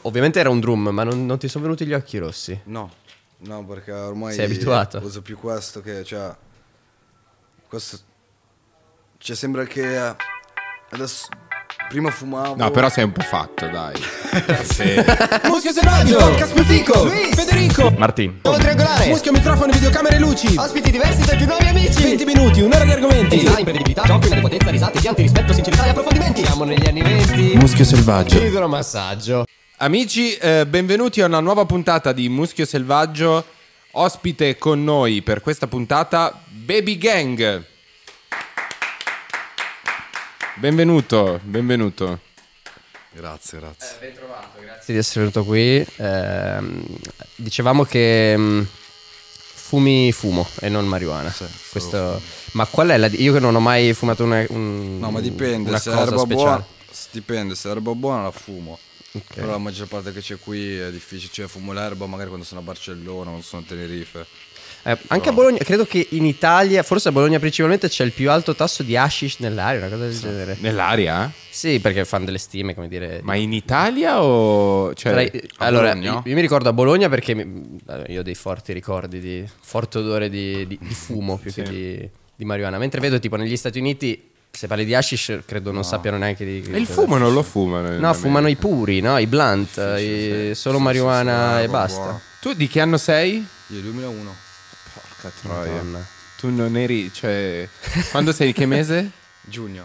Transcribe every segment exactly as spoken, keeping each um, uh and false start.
ovviamente era un drum, ma non, non ti sono venuti gli occhi rossi? No, no, perché ormai sei abituato? uso più questo che, cioè, questo, cioè sembra che adesso, prima fumavo. No, però sei un po' fatto, dai. Sì. Muschio selvaggio, Caspifico, Federico, Martin. Nuovo triangolare, Muschio, microfono, videocamere, luci, Ospiti diversi tra i più nuovi amici. venti minuti, un'ora di argomenti. Design, imprevedibilità, giochi, inadeguatezza, risate, pianti, rispetto, sincerità e approfondimenti. Siamo negli anni venti. Muschio selvaggio. Idromassaggio. Amici, eh, benvenuti a una nuova puntata di Muschio Selvaggio. Ospite con noi per questa puntata Baby Gang. Benvenuto, benvenuto. Grazie, grazie. Ben trovato, grazie di essere venuto qui. Ehm, dicevamo che mh, fumi fumo e non marijuana. Sì, Questo, ma qual è la di- io che non ho mai fumato una, un, No, ma dipende, una se è cosa erba speciale. buona, dipende, se è erba buona la fumo. Ok. Però la maggior parte che c'è qui è difficile, cioè fumo l'erba magari quando sono a Barcellona, quando sono a Tenerife. Eh, anche a Bologna, credo che in Italia, forse a Bologna principalmente, c'è il più alto tasso di hashish nell'aria, una cosa del genere. Nell'aria? Sì, perché fanno delle stime, come dire. Ma in Italia o... Cioè, Tra i- a allora, Bologna? io, io mi ricordo a Bologna perché mi- io ho dei forti ricordi di forte odore di, di- di fumo più Sì. che di, di marijuana. Mentre vedo tipo negli Stati Uniti, se parli di hashish, credo non sappiano neanche di. E il fumo non lo fumano? in No, fumano i America. puri, no? I blunt, i- solo marijuana sì, e sì, basta. buono. Tu di che anno sei? Io duemilauno. Porca troia. Madonna. Tu non eri, cioè... Quando sei? Che mese? Giugno.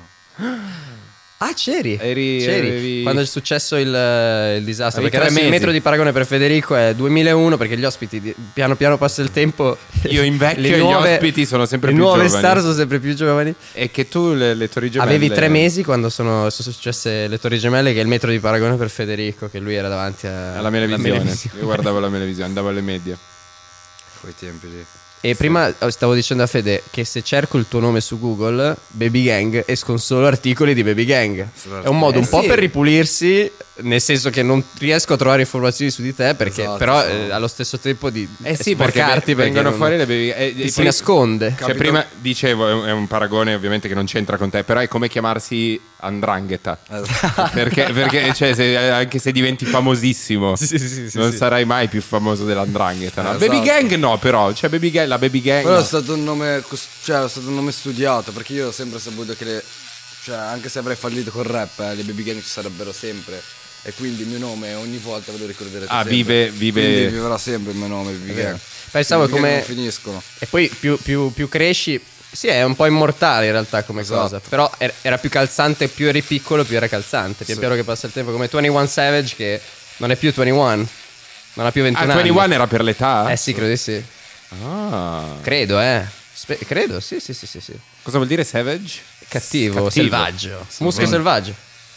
Ah, c'eri? Eri- c'eri. avevi- Quando è successo il, il disastro. Avevi Perché tre adesso il mesi. metro di paragone per Federico è duemilauno, perché gli ospiti di- piano piano passa il tempo. Io invecchio le e gli nuove- ospiti sono sempre le più nuove giovani. star sono sempre più giovani. E che tu le, le torri gemelle... Avevi tre mesi quando sono, sono successe le Torri Gemelle, che è il metro di paragone per Federico, che lui era davanti a, Alla mia alla televisione. televisione. Io guardavo la mia televisione, andavo alle medie. Quei tempi lì. E prima stavo dicendo a Fede che se cerco il tuo nome su Google, Baby Gang, escono solo articoli di Baby Gang. Solo È un modo un Eh, po' sì. per ripulirsi, nel senso che non riesco a trovare informazioni su di te, perché Esatto, però sì. eh, allo stesso tempo di Eh sì, perché sporcarti, ve- vengono non- fuori le baby... eh, ti eh, si poi- nasconde. Cioè, Capito? prima dicevo, è un, è un paragone ovviamente che non c'entra con te, però è come chiamarsi Andrangheta. perché, perché cioè, se- anche se diventi famosissimo, Sì, sì, sì, sì, non sì. sarai mai più famoso dell'Andrangheta. No? Esatto. Baby Gang no, però, cioè Baby Gang, la Baby Gang... Però no. è stato un nome, cos- cioè è stato un nome studiato, perché io ho sempre saputo che le, cioè anche se avrei fallito col rap, eh, le baby gang ci sarebbero sempre. E quindi il mio nome ogni volta ve lo ricorderete Ah, sempre. vive- vive- Quindi vivrà sempre il mio nome, baby gang. Pensavo I baby gang come- non finiscono. E poi più, più- più cresci, sì, è un po' immortale in realtà come Esatto. cosa. Però er- era più calzante, più eri piccolo, più era calzante. Pian Sì. piano che passa il tempo, come ventuno Savage, che non è più ventuno, non ha più Ah, ventuno anni. ventuno era per l'età? Eh sì, credo di sì. Ah. Credo, eh. Spe- credo, sì, sì, sì, sì, sì. Cosa vuol dire savage? Cattivo, Cattivo. selvaggio. Muschio selvaggio.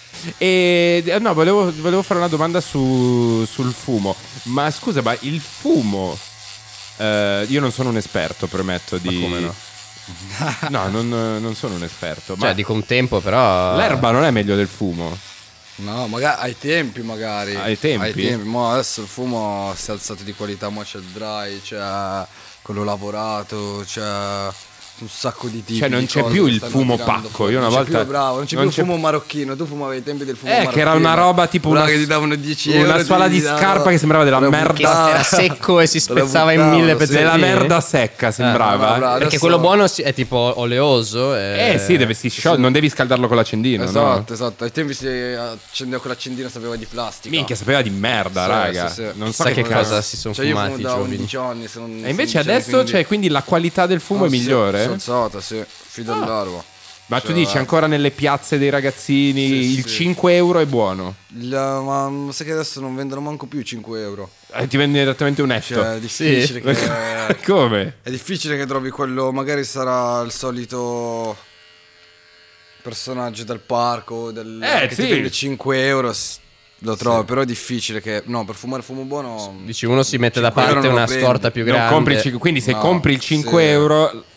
E eh, no, volevo, volevo fare una domanda su, sul fumo. Ma scusa, ma il fumo... eh, io non sono un esperto, premetto di... come no? No, non, non sono un esperto. Ma Cioè, dico un tempo, però. l'erba non è meglio del fumo? No, magari ai tempi magari. Ai tempi? Ai tempi, ma adesso il fumo si è alzato di qualità, ma c'è il dry, c'è quello lavorato, c'è un sacco di tipi. Cioè, non di c'è cose più che il stanno fumo tirando pacco. fuori. Io una non volta- c'è più, bravo, non c'è non più il c'è- fumo marocchino. Tu fumavi ai tempi del fumo Eh, marocchino. che era una roba tipo Quella una- che ti davano dieci una euro. suola ti di davano- scarpa che sembrava della te la merda. buttavano. Era secco e si Te la spezzava in buttavano, mille sì. pezzettini. Della merda secca sembrava. bravo, bravo. Perché Adesso- quello buono si- è tipo oleoso. E... Eh sì, deve si scioglie, non devi scaldarlo con l'accendino, Esatto, no? esatto. Ai tempi si accendeva con l'accendino, sapeva di plastica. Minchia, sapeva di merda, Sì, raga. sì, sì. Non so Sai che, che cosa si sono Cioè io fumati fumo i da giovani. undici anni. Se non, E invece se non c'è, adesso, quindi- cioè, quindi la qualità del fumo Ah, è sì, migliore? si è alzata, sì. Fido all'erba. Ma tu Cioè, dici ancora nelle piazze dei ragazzini Sì, il sì. cinque euro è buono? il- ma sai che adesso non vendono manco più cinque euro. Eh, ti vende direttamente un etto. Cioè, è difficile che. Come? È difficile che trovi quello. Magari sarà il solito personaggio del parco. Del, Eh, che sì. ti vende cinque euro. s- Lo trovo, però è difficile che. No, per fumare fumo buono. Dici, uno si mette da cinque euro parte non lo una prendi. scorta più Non grande. compri il cinque quindi se No, compri il cinque sì. euro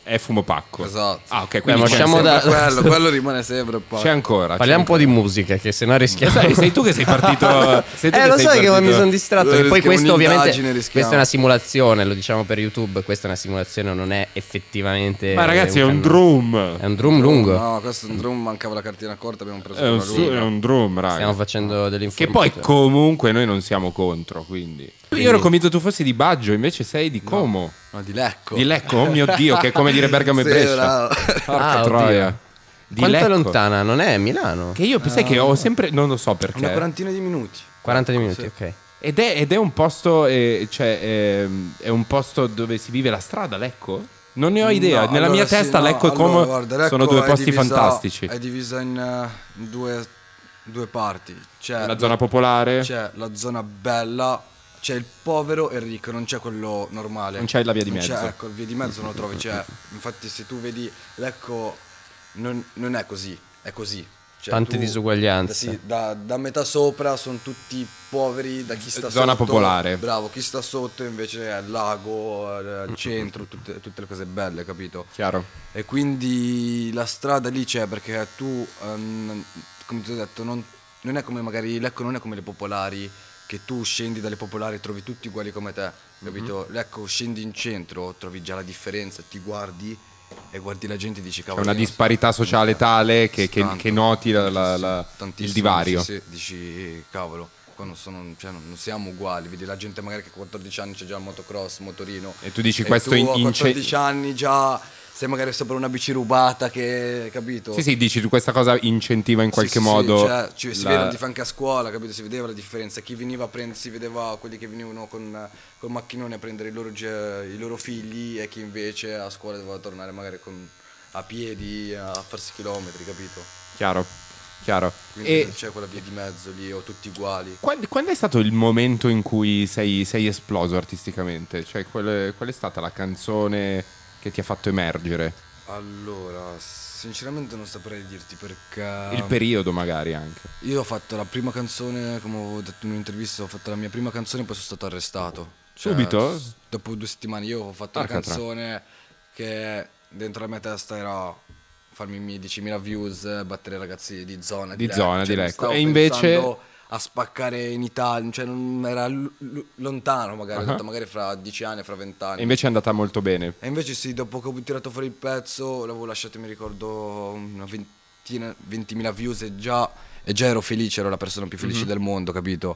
è fumo pacco. Esatto. Ah, ok, Beh, quindi ma c'è, usciamo Sempre da- quello, quello rimane sempre poi. c'è ancora. Parliamo un c'è po' di musica, che se no rischiamo. ancora. Sai, sei tu che sei partito. Sei tu Eh, che lo sei sai che partito- mi sono distratto. Noi Che poi rischiamo questo, ovviamente, un'indagine, rischiamo. questa è una simulazione. Lo diciamo per YouTube. Questa è una simulazione, non è effettivamente. Ma ragazzi, è un cannone. drum. È un drum lungo. No, questo è un drum, mancava la cartina corta, abbiamo preso È un, una su- lunga. è un drum, raga. Stiamo facendo delle Che poi informazioni. comunque noi non siamo contro, quindi. Io ero convinto tu fossi di Baggio, invece sei di Como. No, di Lecco. Di Lecco, oh mio Dio, che è come dire Bergamo e Sì, Brescia. bravo. Porca Ah, oddio. troia. Di Quanto è Lecco. lontana? Non è Milano? Che io sai che ho sempre. Non lo so Una perché. quarantina di minuti. quaranta minuti, Sì. ok. Ed è, ed è un posto. eh, cioè, ehm, è un posto dove si vive la strada, Lecco? Non ne ho idea. No, Nella allora mia sì, testa no, Lecco e allora, Como guarda, Lecco sono due è posti divisa- fantastici. È divisa in, eh, in due, due parti. C'è La zona popolare. C'è la zona bella, c'è il povero e il ricco, non c'è quello normale. Non c'è la via di Non mezzo. C'è, ecco, il via di mezzo non lo trovi. C'è. Infatti, se tu vedi Lecco, non, non è così, è così. Cioè, Tante tu- disuguaglianze. Sì, da, da metà sopra sono tutti poveri, da chi sta Zona sotto. popolare. Bravo, chi sta sotto invece è il lago, è il centro, tutte, tutte le cose belle, capito? Chiaro. E quindi la strada lì c'è perché tu, ehm, come ti ho detto, non, non è come magari Lecco non è come le popolari, che tu scendi dalle popolari e trovi tutti uguali come te, capito? Mhm. Lecco, scendi in centro, trovi già la differenza, ti guardi e guardi la gente e dici C'è cavolo. una io non- disparità sociale tale che, che- Tanto, che noti la- la- tantissimo, la- il tantissimo, divario. Sì, sì, dici eh, cavolo, qua non, sono, cioè, non non siamo uguali, vedi la gente magari che a quattordici anni c'è già il motocross, motorino. E tu dici e questo tu in- a in- quattordici anni già sei magari sopra una bici rubata che, capito? Sì, sì, dici tu questa cosa incentiva in Sì, qualche sì, sì, modo. cioè, ci- si la- vede anche- anche a scuola, capito? Si vedeva la differenza. Chi veniva a prendere, si vedeva quelli che venivano con col macchinone a prendere i loro, ge- i loro figli e chi invece a scuola doveva tornare magari con, a piedi a farsi chilometri, capito? Chiaro, chiaro. Quindi E non c'è quella via di mezzo lì o tutti uguali. quando, quando è stato il momento in cui sei, sei esploso artisticamente? Cioè, qual, qual è stata la canzone che ti ha fatto emergere? Allora, sinceramente non saprei dirti perché Il periodo magari anche. io ho fatto la prima canzone, come ho detto in un'intervista, ho fatto la mia prima canzone e poi sono stato arrestato. Cioè, Subito? s- Dopo due settimane io ho fatto Porca una tra- canzone che dentro la mia testa era farmi i miei diecimila views, battere i ragazzi di zona Di Lecco. zona, di Cioè, non Lecco. stavo E invece- pensando a spaccare in Italia, cioè non era l- l- lontano magari, ho Uh-huh. detto magari fra dieci anni, fra vent'anni. E invece è andata molto bene. E invece sì, dopo che ho tirato fuori il pezzo, l'avevo lasciato, mi ricordo, una ventina, ventimila views e già, e già ero felice, ero la persona più felice del mondo, capito?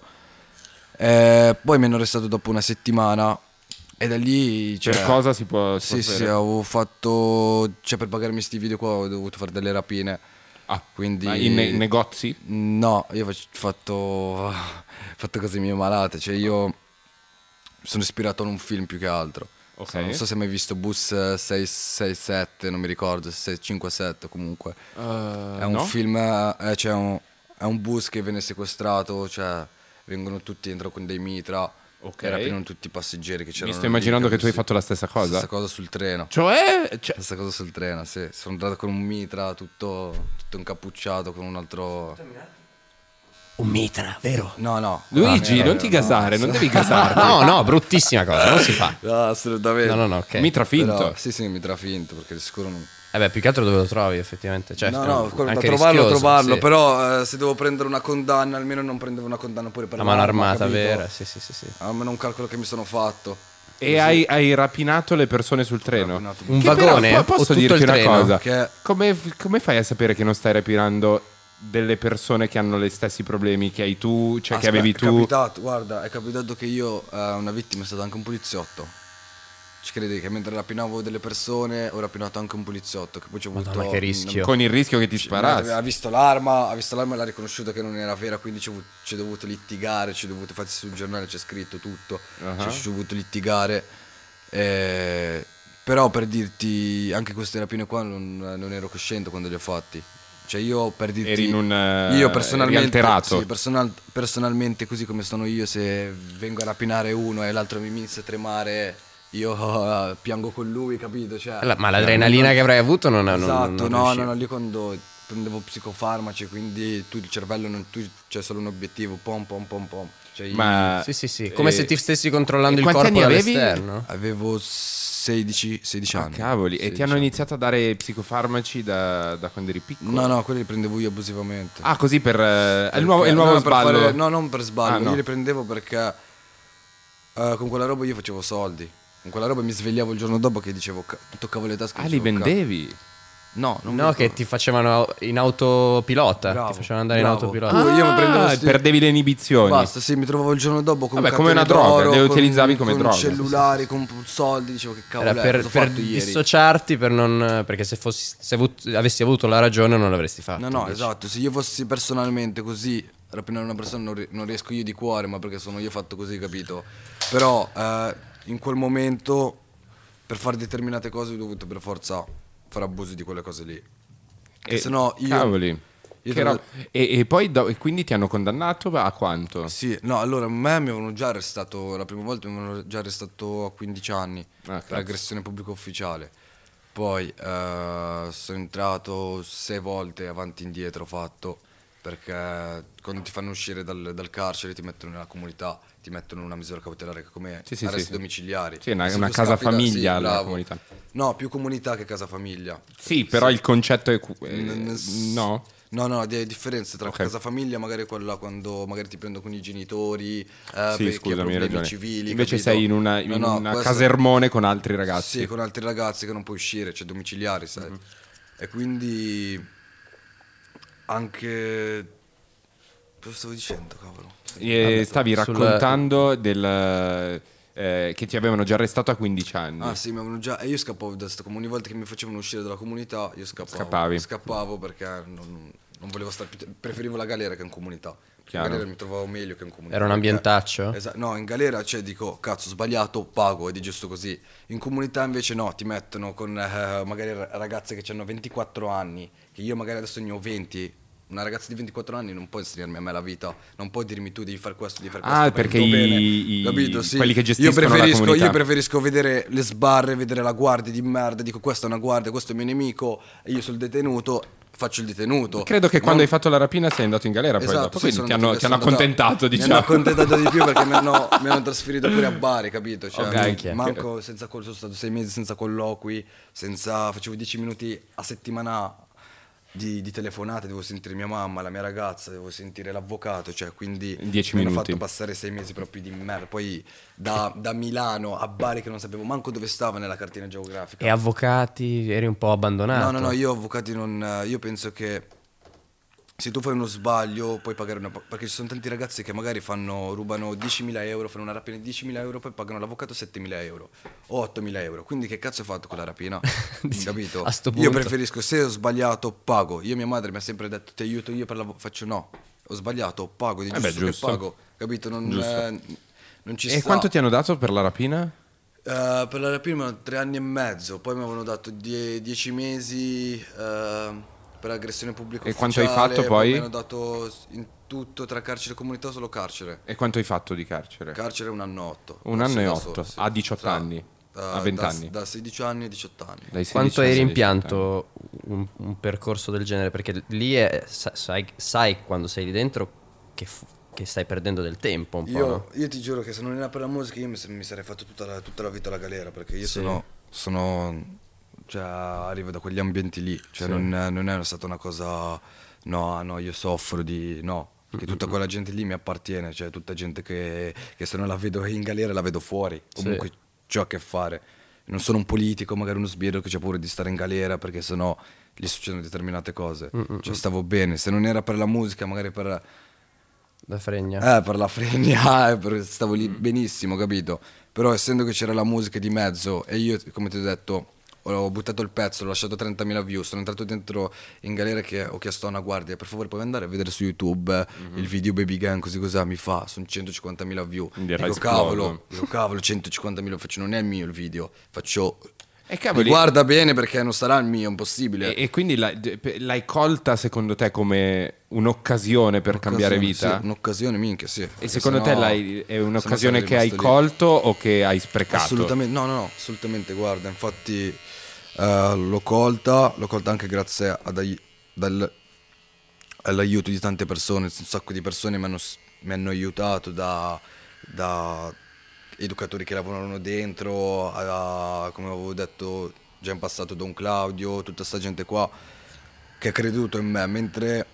E poi mi hanno arrestato dopo una settimana e da lì... Cioè, Per cosa si può, si può Sì, sì, sapere? avevo fatto... Cioè per pagarmi sti video qua ho dovuto fare delle rapine. Ah, Quindi... ma in ne- negozi? No, io ho fatto, fatto cose mie malate, cioè io mi sono ispirato a un film più che altro. Ok. Non so se hai mai visto Bus sei sei sette, non mi ricordo, sei cinque sette comunque. Uh, È un no? film, eh, cioè un- è un bus che viene sequestrato, cioè vengono tutti dentro con dei mitra Ok. e rapinano tutti i passeggeri che c'erano. Mi sto lì, immaginando che tu hai capito? fatto la stessa cosa. Stessa cosa sul treno. Cioè, cioè- Stessa cosa sul treno, sì. Sono andato con un mitra tutto, tutto incappucciato con un altro... Un mitra, vero? No, no. Luigi, no, non no, ti no, gasare, no, non devi gasarti. No, no, bruttissima cosa, non si fa. No, assolutamente. No, no, no, ok. Mitra finto. Però, sì, sì, mitra finto, perché di sicuro non... Eh beh, più che altro dove lo trovi effettivamente. Cioè, no, no, quello da anche trovarlo, rischioso, trovarlo, sì. però eh, se devo prendere una condanna, almeno non prendevo una condanna pure per La mano l'arma, armata, capito? vera, sì, sì, sì, sì. Almeno un calcolo che mi sono fatto. E hai, hai rapinato le persone sul treno? rapinato. Un Che vagone però, o po- posso tutto dirti il una treno? cosa? Che- Come, come fai a sapere che non stai rapinando delle persone che hanno gli stessi problemi che hai tu, cioè che Aspetta, avevi È tu? capitato, guarda, è capitato che io, eh, una vittima è stato anche un poliziotto. Ci credi che mentre rapinavo delle persone ho rapinato anche un poliziotto, che poi ci ho avuto... Madonna, che rischio. Con il rischio che ti Ha sparassi. visto l'arma, ha visto l'arma e l'ha riconosciuto che non era vera, quindi ci ho, avuto- ci ho dovuto litigare, ci ho dovuto, infatti sul giornale c'è scritto tutto, Uh-huh. cioè, ci ho dovuto litigare. eh, però per dirti, anche queste rapine qua non, non ero cosciente quando li ho fatti. Cioè io per dirti... Eri in un, eh, io personalmente, eri alterato. sì, personal- personalmente così come sono io, se vengo a rapinare uno e l'altro mi inizia a tremare, io eh, piango con lui, capito? Cioè, La- Ma l'adrenalina che avrai avuto non non- Esatto, non no, riuscivi. no, no, lì quando prendevo psicofarmaci, quindi tu il cervello non tu c'è solo un obiettivo, pom pom pom pom. Cioè io Ma Sì, sì, sì, come eh, se ti stessi controllando e il quanti corpo anni avevi? dall'esterno. avevo sedici, sedici Ah, anni. cavoli, e ti sedici hanno anni. iniziato a dare psicofarmaci da, da quando eri piccolo? No, no, quelli li prendevo io abusivamente. Ah, così per... eh, è il nuovo, è il Perché- nuovo no, per sballo? fare- no, non per sballo, Ah, no. io li prendevo perché eh, con quella roba io facevo soldi. Con quella roba mi svegliavo il giorno dopo che dicevo, ca- toccavo le tasche. e Ah, li dicevo, "Ca-". vendevi? No, non No, mi che ricordo. ti facevano in autopilota. Bravo, ti facevano andare bravo. in autopilota. Ah, io mi prendevo Ah, sti- perdevi le inibizioni. Basta, sì, mi trovavo il giorno dopo con Vabbè, come una catene droga, d'oro, le con- utilizzavi come con droga. cellulari, con soldi, dicevo che cavolo Era è, per, cosa ho per fatto ieri? dissociarti, per non, perché se, fossi, se avut- avessi avuto la ragione non l'avresti fatto. No, no, invece. esatto, se io fossi personalmente così, rapinare una persona non, ri- non riesco io di cuore, ma perché sono io fatto così, capito? Però eh, in quel momento, per fare determinate cose, ho dovuto per forza fare abuso di quelle cose lì. Che E- se no io... Cavoli. io Che te lo- roba- e, e poi do- e quindi ti hanno condannato a quanto? Sì, no, allora a me mi avevano già arrestato, la prima volta mi avevano già arrestato a quindici anni Ah, per cazzo. aggressione pubblica ufficiale. Poi eh, sono entrato sei volte avanti e indietro ho fatto, perché quando ti fanno uscire dal, dal carcere ti mettono nella comunità, ti mettono in una misura cautelare come Sì, sì, arresti sì. domiciliari. Sì, una- Se una tu casa scappi da- famiglia sì, la bravo. comunità. No, più comunità che casa famiglia. Sì, però il concetto è... cu- eh, N- n- no? No, no, di differenze tra Ok. casa famiglia, magari quella quando magari ti prendo con i genitori, eh, Sì, per chi ha scusami, hai problemi ragione. civili. Invece capito? sei in una, in No, no, una questo- casermone con altri ragazzi. Sì, con altri ragazzi che non puoi uscire, cioè domiciliari, sai. Mhm. E quindi anche... Cosa stavo dicendo, cavolo? E Vabbè, stavi sul- raccontando del, eh, che ti avevano già arrestato a quindici anni. Ah sì, mi avevano già... E io scappavo da sto... Ogni volta che mi facevano uscire dalla comunità, io scappavo. Scappavi. Scappavo perché non, non volevo stare più... Preferivo la galera che in comunità. Perché Chiaro. in galera mi trovavo meglio che in comunità. Era un perché- ambientaccio? Esa- no, in galera, cioè, dico, cazzo, ho sbagliato, pago, ed è giusto così. In comunità invece no, ti mettono con eh, magari ra- ragazze che hanno ventiquattro anni, che io magari adesso ne ho venti. Una ragazza di ventiquattro anni non può insegnarmi a me la vita, non puoi dirmi tu devi fare questo, devi fare questo. Ah, fai perché tutto i- bene. i- Capito? Sì. quelli che io gestiscono la preferisco, comunità. io preferisco vedere le sbarre, vedere la guardia di merda, dico questa è una guardia, questo è il mio nemico, e io sono il detenuto, faccio il detenuto. Credo che Non- quando hai fatto la rapina sei andato in galera poi Esatto, dopo, sì, quindi sono ti andato- hanno, ti hanno sono andato- accontentato, Mi diciamo. hanno accontentato di più perché mi hanno, mi hanno trasferito pure a Bari, capito? Cioè, Ok, non- ok. manco senza col- sono stato sei mesi senza colloqui, senza, facevo dieci minuti a settimana di, di telefonate, devo sentire mia mamma, la mia ragazza, devo sentire l'avvocato, cioè quindi Dieci mi hanno minuti. fatto passare sei mesi proprio di merda. Poi da, da Milano a Bari che non sapevo manco dove stava nella cartina geografica. E avvocati, eri un po' abbandonato. No, no, no, io avvocati non... Io penso che se tu fai uno sbaglio puoi pagare una... Perché ci sono tanti ragazzi che magari fanno, rubano diecimila euro, fanno una rapina di diecimila euro, poi pagano l'avvocato settemila euro o ottomila euro. Quindi che cazzo hai fatto con la rapina? Capito? A sto Io punto. preferisco, se ho sbagliato, pago. Io, mia madre mi ha sempre detto, ti aiuto io per la... Faccio no, ho sbagliato, pago, è Eh giusto, beh, giusto. che pago. Capito? Non, Giusto. eh, non ci E sta. quanto ti hanno dato per la rapina? Eh, per la rapina mi hanno tre anni e mezzo, poi mi avevano dato die- dieci mesi eh, per aggressione pubblica E ufficiale. quanto hai fatto poi? Mi hanno dato in tutto tra carcere e comunità solo carcere. E quanto hai fatto di carcere? Carcere un anno e otto. Un Da anno solo, e da otto, solo, sì. a diciotto Tra- anni, eh, a venti da- anni. Da sedici anni a diciotto anni. Dai sedici Quanto ai hai diciotto anni. rimpianto un, un percorso del genere? Perché lì è, sa- sai, sai quando sei lì dentro che, fu- che stai perdendo del tempo un po'. Io, no? io ti giuro che se non era per la musica io mi, mi sarei fatto tutta la, tutta la vita alla galera, perché io Sì. sono, sono cioè, arrivo da quegli ambienti lì, cioè non, non è stata una cosa, no, no, io soffro di, no, che tutta quella gente lì mi appartiene, cioè tutta gente che, che se non la vedo in galera la vedo fuori, comunque c'ho a che fare. Non sono un politico, magari uno sbirro che c'ha paura di stare in galera perché sennò gli succedono determinate cose, cioè stavo bene, se non era per la musica, magari per... La fregna. Eh, per la fregna, eh, per- stavo lì benissimo, capito? Però essendo che c'era la musica di mezzo e io, come ti ho detto, ho buttato il pezzo, ho lasciato trentamila views, sono entrato dentro in galera che ho chiesto a una guardia, per favore puoi andare a vedere su YouTube eh, il video Baby Gang, così cos'ha, mi fa, sono centocinquantamila view. Quindi era Dico esploso. cavolo, dico cavolo, centocinquantamila, faccio non è il mio il video, faccio... E Mi cavoli, guarda bene perché non sarà il mio, è impossibile. e, e quindi l'hai, l'hai colta secondo te come un'occasione per cambiare vita? Sì, un'occasione, minchia, sì. E Perché secondo sennò- te l'hai- è sennò un'occasione sarei che hai rimasto lì. colto o che hai sprecato? Assolutamente, no, no, no, assolutamente, guarda, infatti eh, l'ho colta, l'ho colta anche grazie ad ai- dal- all'aiuto di tante persone, un sacco di persone mi hanno, s- mi hanno aiutato da, da, educatori che lavorano dentro, a, come avevo detto già in passato Don Claudio, tutta sta gente qua che ha creduto in me, mentre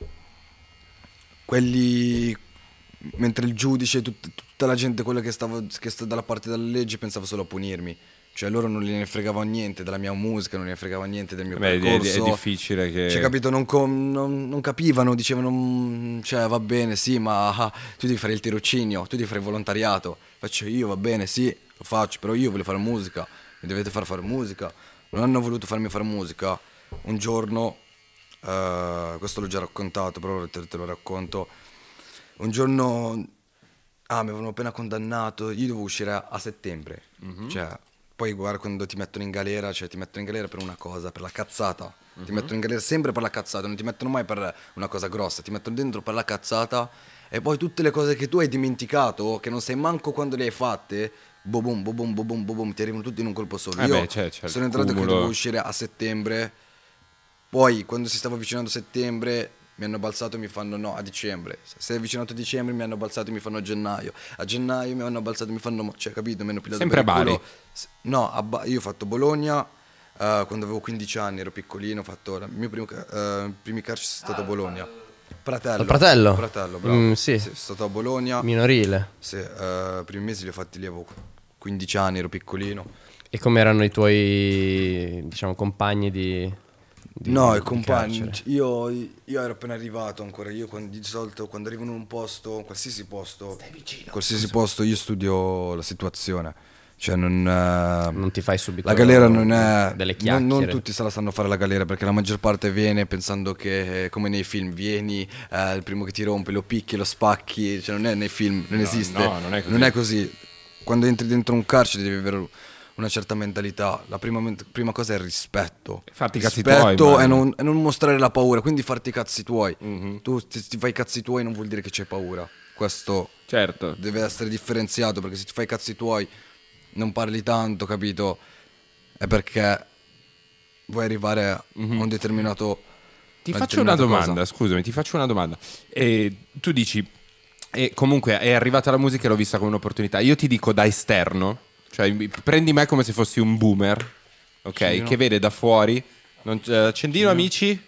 quelli, mentre il giudice, tut, tutta la gente, quella che stava che sta dalla parte della legge, pensava solo a punirmi. Cioè loro non gliene fregava niente della mia musica, non gliene fregava niente del mio Beh, percorso. è, è difficile che... Cioè, capito, non, com- non, non capivano, dicevano, mm, cioè va bene, sì, ma ah, tu devi fare il tirocinio, tu devi fare il volontariato. Faccio io, va bene, sì, lo faccio, però io voglio fare musica, mi dovete far fare musica. Non hanno voluto farmi fare musica. Un giorno, eh, questo l'ho già raccontato, però te, te lo racconto. Un giorno, ah, mi avevano appena condannato, io dovevo uscire a, a settembre, mm-hmm. Cioè... Poi guarda quando ti mettono in galera, cioè ti mettono in galera per una cosa, per la cazzata. Uh-huh. Ti mettono in galera sempre per la cazzata, non ti mettono mai per una cosa grossa, ti mettono dentro per la cazzata e poi tutte le cose che tu hai dimenticato, che non sai manco quando le hai fatte, bobum, bobum, bobum, bobum, ti arrivano tutti in un colpo solo. Eh Io beh, c'è, c'è sono entrato cumulo. che dovevo uscire a settembre, poi quando si stava avvicinando settembre mi hanno balzato e mi fanno no a dicembre. Se si è avvicinato a dicembre mi hanno balzato e mi fanno a gennaio. A gennaio mi hanno balzato e mi fanno, cioè capito, mi hanno pigliato sempre per il Bari. culo. No, a ba- io ho fatto Bologna, uh, quando avevo quindici anni, ero piccolino, ho fatto il mio primo uh, primi carcere è stato a Bologna. Fratello. Al fratello? Fratello, bravo. Mm, sì. Sì, sono stato a Bologna. Minorile. Sì, uh, i primi mesi li ho fatti lì, avevo quindici anni, ero piccolino. E come erano i tuoi, diciamo, compagni di, di No, i di compagni, carcere? io, io ero appena arrivato ancora, io quando, di solito quando arrivo in un posto, qualsiasi posto, qualsiasi posto io studio la situazione, cioè non... eh, Non ti fai subito la galera non è... delle non, chiacchiere. non tutti se la sanno fare la galera, perché la maggior parte viene pensando che, eh, come nei film, vieni, eh, il primo che ti rompe, lo picchi, lo spacchi, cioè non è nei film, non No, esiste. no, non è così. Non è così. Quando entri dentro un carcere devi avere una certa mentalità. La prima, ment- prima cosa è il rispetto. Farti i cazzi rispetto tuoi, e man. non, e non mostrare la paura, quindi farti i cazzi tuoi. Mm-hmm. Tu ti, ti fai i cazzi tuoi non vuol dire che c'hai paura. Questo Certo. deve essere differenziato, perché se ti fai i cazzi tuoi, non parli tanto, capito? È perché vuoi arrivare a un determinato... Ti una faccio una determinata domanda, cosa. scusami, ti faccio una domanda. E tu dici, e comunque è arrivata la musica e l'ho vista come un'opportunità. Io ti dico da esterno, cioè mi- prendi me come se fossi un boomer, ok? Accendino. Che vede da fuori. Non, eh, accendino, amici.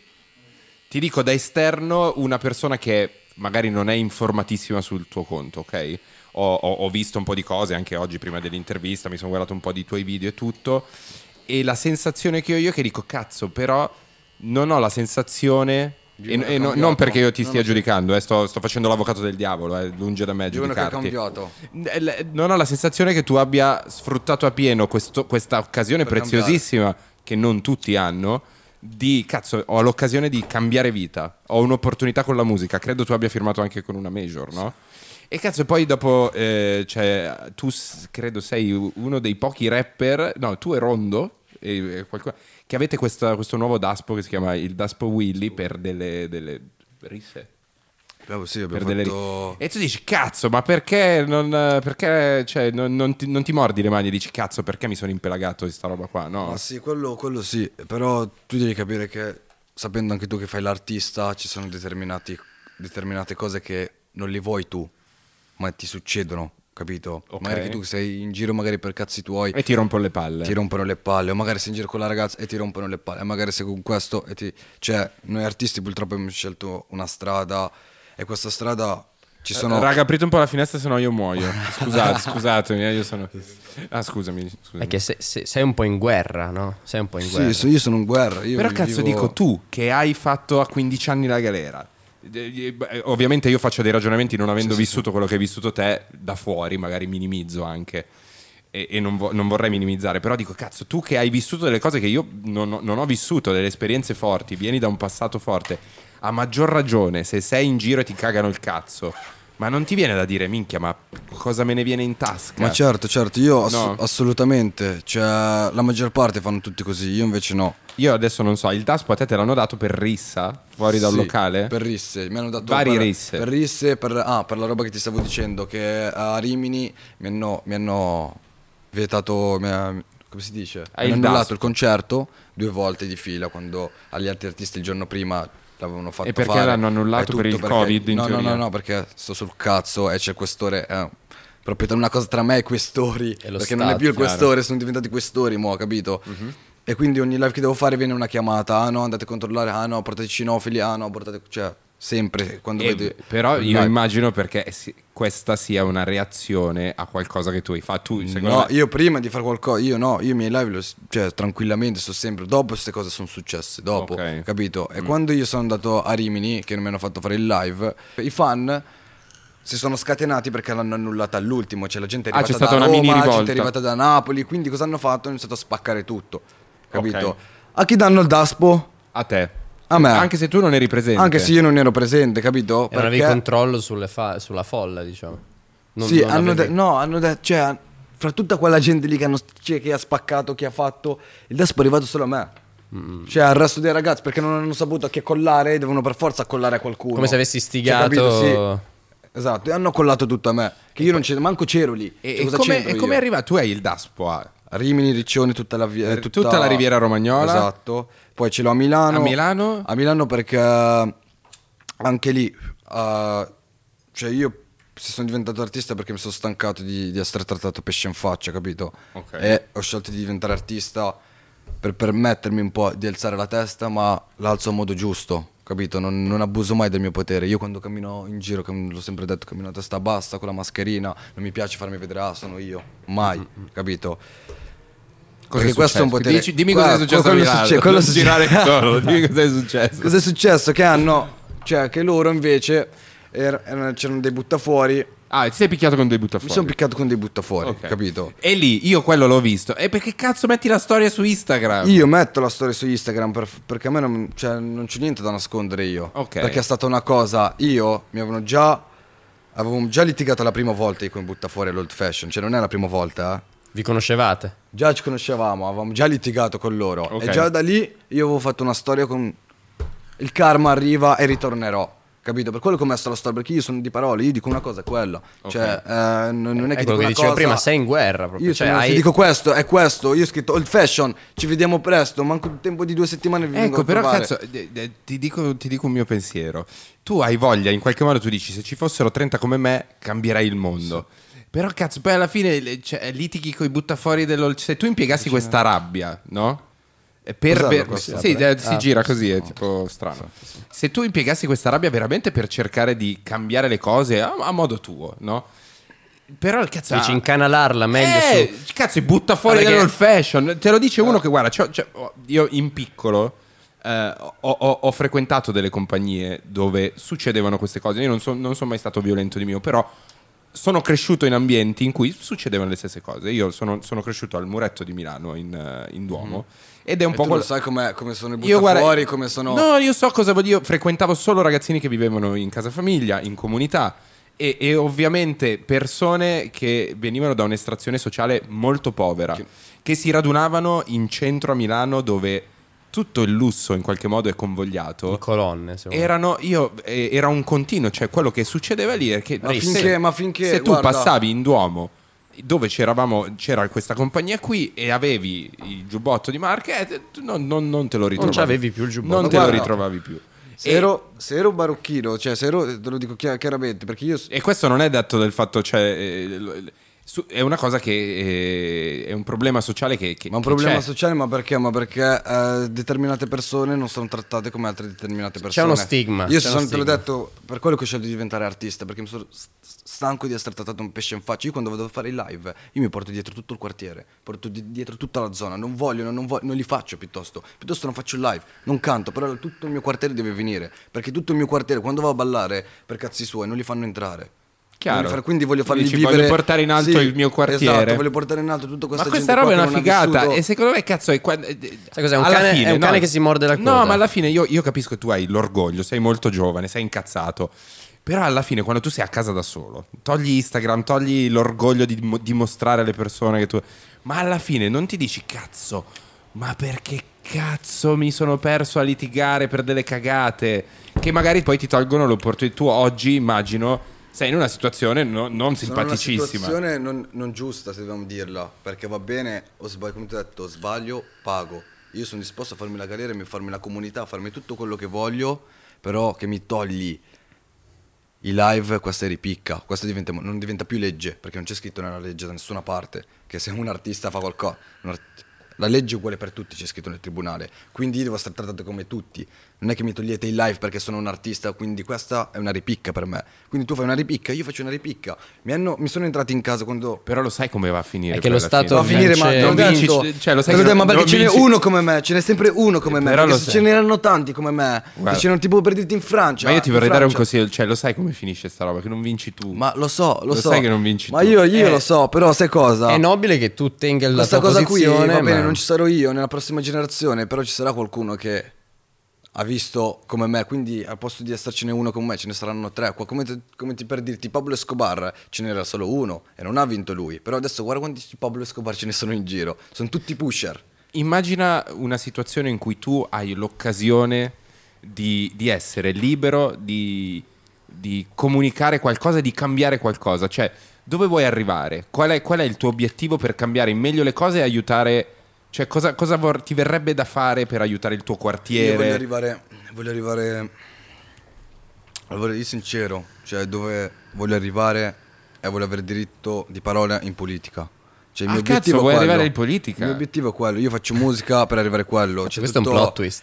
Ti dico da esterno una persona che magari non è informatissima sul tuo conto, ok? Ho, ho- ho visto un po' di cose anche oggi prima dell'intervista, mi sono guardato un po' di tuoi video e tutto. E la sensazione che ho io è che dico, cazzo, però non ho la sensazione... Di E, uno che e ha no- cambiato. non perché io ti No, stia no, sì. giudicando, eh, sto, sto facendo l'avvocato del diavolo, eh, lunge da me Di uno che ha giudicarti. cambiato. Eh, le- Non ho la sensazione che tu abbia sfruttato a pieno questo- questa occasione Per preziosissima che non tutti hanno. Di cazzo, ho l'occasione di cambiare vita, ho un'opportunità con la musica. Credo tu abbia firmato anche con una major, no? E cazzo, e poi dopo, eh, cioè, tu s- credo sei uno dei pochi rapper, no, tu e Rondo, e, e qualcuno, che avete questa- questo nuovo daspo che si chiama il Daspo Willy per delle, delle risse. Bravo, sì, Per abbiamo delle ri- fatto... E tu dici, cazzo, ma perché non, perché, cioè, non, non ti, non ti mordi le mani e dici, cazzo, perché mi sono impelagato di sta roba qua? No, Ma sì, quello, quello sì, però tu devi capire che, sapendo anche tu che fai l'artista, ci sono determinati, determinate cose che non le vuoi tu, ma ti succedono, capito? Ok. Magari che tu sei in giro magari per cazzi tuoi, e ti rompono le palle. ti rompono le palle, o magari sei in giro con la ragazza e ti rompono le palle, e magari sei con questo e ti... Cioè, noi artisti purtroppo abbiamo scelto una strada, e questa strada ci sono... Eh, Raga, aprite un po' la finestra, se no io muoio. Scusate, scusatemi, eh, io sono. Ah, scusami. scusami. È che se- se- sei un po' in guerra, no? Sei un po' in Sì, guerra. so- io sono in guerra. Io Però vi- cazzo vivo- dico, tu che hai fatto a quindici anni la galera. eh, eh, Ovviamente io faccio dei ragionamenti non avendo Sì, sì, vissuto quello che hai vissuto te da fuori, magari minimizzo anche. E, e non, vo- non vorrei minimizzare, però dico, cazzo, tu che hai vissuto delle cose che io non ho, non ho vissuto, delle esperienze forti, vieni da un passato forte, a maggior ragione se sei in giro e ti cagano il cazzo, ma non ti viene da dire, minchia, ma cosa me ne viene in tasca? Ma certo, certo, io ass- No. assolutamente, cioè la maggior parte fanno tutti così, io invece no. Io adesso non so, il daspo a te te l'hanno dato per rissa fuori da un Sì, locale? Per risse, mi hanno dato Varie per, risse. Per risse, per, ah, per la roba che ti stavo dicendo, che a Rimini mi hanno, mi hanno vietato, mi ha- come si dice? Ah, mi il hanno annullato daspo. il concerto due volte di fila, quando agli altri artisti il giorno prima l'avevano fatto E perché fare. l'hanno annullato È per il tutto perché- Covid, in no, no, teoria? no, no, perché sto sul cazzo e c'è il questore, è proprio tra una cosa tra me e Questori, E lo perché Stato, non è più il chiaro. Questore, sono diventati Questori, mo, capito? Mhm. E quindi ogni live che devo fare viene una chiamata, ah no, andate a controllare, ah no, portate cinofili, ah no, portate, cioè, sempre, quando E- vedi... però il io live. immagino perché si- questa sia una reazione a qualcosa che tu hai fatto. Tu, secondo No, me- io prima di fare qualcosa, io no, io i miei live, lo- cioè tranquillamente sto sempre, dopo queste cose sono successe, dopo, Ok. capito? E quando io sono andato a Rimini, che non mi hanno fatto fare il live, i fan si sono scatenati perché l'hanno annullata all'ultimo, cioè la gente è Ah, arrivata c'è stata da una Roma, mini la gente rivolta. è arrivata da Napoli, quindi cosa hanno fatto? Hanno iniziato a spaccare tutto, capito? Ok. A chi danno il daspo? A te. A me. Anche se tu non eri presente. Anche se io non ero presente, capito? E non avevi controllo sulle fa- sulla folla, diciamo. Non- sì, non hanno avevi- de- no, hanno detto, cioè, han- fra tutta quella gente lì che, hanno, cioè, che ha spaccato, che ha fatto, il daspo è arrivato solo a me. Cioè, al resto dei ragazzi, perché non hanno saputo a chi accollare, devono per forza accollare a qualcuno. Come se avessi Cioè, capito? stigato... Sì. Esatto, e hanno accollato tutto a me. Che io non c'ero, manco c'ero lì. E, Cioè, e cosa come, c'entro e come è io? arrivato? Tu hai il Daspo a, Rimini, Riccione, tutta la via. Eh, tutta la Riviera Romagnola. Esatto. Poi ce l'ho a Milano. A Milano? A Milano perché anche lì, eh, cioè io se sono diventato artista perché mi sono stancato di, di essere trattato pesce in faccia, capito? Ok. E ho scelto di diventare artista per permettermi un po' di alzare la testa, ma l'alzo a modo giusto, capito? Non, non abuso mai del mio potere. Io quando cammino in giro, cam- l'ho sempre detto, cammino a testa bassa con la mascherina, non mi piace farmi vedere, ah, sono io, mai, capito? Cosa Perché è questo è un successo? potere. Dici- dimmi cosa è Guarda, successo a quello Milano. succe- quello Non succe- girare intorno, dimmi cosa è successo. Cos'è successo? Che hanno, cioè che loro invece er- erano- c'erano dei buttafuori. Ah, ti sei picchiato con dei Mi buttafuori. sono piccato con dei buttafuori, Ok. capito? E lì io quello l'ho visto. E perché cazzo metti la storia su Instagram? Io metto la storia su Instagram per- perché a me non, cioè, non c'è niente da nascondere io. Ok. Perché è stata una cosa, io mi avevano già, avevo già litigato la prima volta io con i buttafuori all'old fashion, cioè non è la prima volta, eh. Vi conoscevate? Già ci conoscevamo, avevamo già litigato con loro. Ok. E già da lì io avevo fatto una storia con il karma arriva e ritornerò. Capito? Per quello che ho messo la storia, perché io sono di parole, io dico una cosa è quella. Cioè, eh, non, non è che È dico quello che una dicevo cosa. prima, sei in guerra proprio. Io Cioè, sono- hai- se dico questo, è questo. Io ho scritto old fashion, ci vediamo presto. Manco il tempo di due settimane vi vengo Ecco, a però trovare. cazzo, eh, eh, ti dico, ti dico un mio pensiero. Tu hai voglia, in qualche modo tu dici, se ci fossero trenta come me, cambierei il mondo. Però cazzo, poi alla fine le- cioè, litighi coi buttafuori dello... Se tu impiegassi questa rabbia, no? E Per, Cos'è per- la questa? sì, eh, si Ah, gira sì, così, sì, è no. tipo strano. Se tu impiegassi questa rabbia veramente per cercare di cambiare le cose a, a modo tuo, no? Però il cazzo... dici ah, incanalarla meglio eh, su... cazzo, butta fuori Perché- dall'old fashion. Te lo dice uno che guarda, c'ho- c'ho- io in piccolo eh, ho, ho- ho frequentato delle compagnie dove succedevano queste cose. Io non, so- non sono mai stato violento di mio, però sono cresciuto in ambienti in cui succedevano le stesse cose. Io sono, sono cresciuto al Muretto di Milano, in, eh, in Duomo, ed è un E po' tu quel- lo sai com'è- come sono i io guarda, buttafuori, come sono... No, io so cosa vuol dire. Io frequentavo solo ragazzini che vivevano in casa famiglia, in comunità e, e ovviamente persone che venivano da un'estrazione sociale molto povera, che... Che- si radunavano in centro a Milano dove tutto il lusso in qualche modo è convogliato. in colonne, se vuoi. Erano, io, eh, era un continuo, cioè quello che succedeva lì è che Ma se- finché- ma finché, se tu guarda- passavi in Duomo dove c'eravamo, c'era questa compagnia qui e avevi il giubbotto di marca, eh, tu non, non- non te lo ritrovavi. c'avevi più il giubbotto. Non Ma te lo guarda, ritrovavi più. Se E- ero, se ero barocchino, cioè se ero, te lo dico chiar- chiaramente, perché io... E questo non è detto del fatto, cioè, eh, l- su- è una cosa che eh, è un problema sociale che, che Ma un che problema c'è. sociale, ma perché? Ma perché eh, determinate persone non sono trattate come altre determinate persone. uno stigma, Io c'è sono, uno te l'ho stigma. detto, per quello che ho scelto di diventare artista, perché mi sono st- stanco di essere trattato un pesce in faccia. Io quando vado a fare i live, io mi porto dietro tutto il quartiere, porto di- dietro tutta la zona. Non voglio, non, non voglio, non li faccio piuttosto. Piuttosto non faccio il live, non canto, però tutto il mio quartiere deve venire. Perché tutto il mio quartiere, quando va a ballare, per cazzi suoi, non li fanno entrare. Chiaro. Non li fanno- Quindi voglio farli Dici, vivere. voglio portare in alto Sì, il mio quartiere. Esatto, voglio portare in alto tutta questa Ma gente questa roba qua è che una non ha figata vissuto- e secondo me cazzo è qua- Sai cos'è? Un alla cane- fine, è un no. cane che si morde la coda. No, ma alla fine io, io capisco che tu hai l'orgoglio, sei molto giovane, sei incazzato. Però alla fine quando tu sei a casa da solo, togli Instagram, togli l'orgoglio di mo- dimostrare alle persone che tu... Ma alla fine non ti dici cazzo, ma perché cazzo mi sono perso a litigare per delle cagate? Che magari poi ti tolgono l'opportunità. Tu oggi immagino sei in una situazione no- non Sono in una simpaticissima. situazione non, non giusta, se dobbiamo dirla, perché va bene, o sbaglio, come ti ho detto, sbaglio, pago. Io sono disposto a farmi la galera, a farmi la comunità, a farmi tutto quello che voglio, però che mi togli i live, questa è ripicca, questa diventa, non diventa più legge, perché non c'è scritto nella legge da nessuna parte che se un artista fa qualcosa, un art- la legge è uguale per tutti, c'è scritto nel tribunale, quindi io devo essere trattato come tutti, non è che mi togliete il live perché sono un artista, quindi questa è una ripicca per me, quindi tu fai una ripicca, io faccio una ripicca, mi, hanno, mi sono entrati in casa quando... Però lo sai come va a finire? È che poi lo alla Stato fine? Va a finire, ma vince- non non vinci, vinci, cioè, lo sai Cosa che dai, ma non- perché non ce n'è vinci- uno come me, ce n'è sempre uno come me, Però perché lo se sai. ce n'erano tanti come me, Guarda. se c'erano tipo per dirti in Francia. Ma io ti in vorrei dare un Francia- consiglio, cioè lo sai come finisce sta roba, che non vinci tu. Ma lo so, lo, Lo so. sai che non vinci Ma tu. io, io Eh, lo so, però sai cosa? È nobile che tu tenga la Questa tua cosa qui posizione, va bene, ma- non ci sarò io nella prossima generazione, però ci sarà qualcuno che ha visto come me, quindi al posto di essercene uno come me ce ne saranno tre. Qua, come, te- come ti per dirti Pablo Escobar ce n'era solo uno e non ha vinto lui, però adesso guarda quanti Pablo Escobar ce ne sono in giro, sono tutti pusher. Immagina una situazione in cui tu hai l'occasione di, di essere libero, di, di comunicare qualcosa, di cambiare qualcosa. Cioè, dove vuoi arrivare? Qual è, qual è il tuo obiettivo per cambiare in meglio le cose e aiutare... Cioè, cosa, cosa vor- ti verrebbe da fare per aiutare il tuo Io voglio quartiere? arrivare, voglio arrivare, voglio dire sincero, cioè dove voglio arrivare è voglio avere diritto di parola in politica. Cioè, il Ah, mio cazzo, obiettivo è vuoi quello. arrivare in politica? Il mio obiettivo è quello, io faccio musica per arrivare a quello. Cioè, C'è questo è un tutto- plot twist.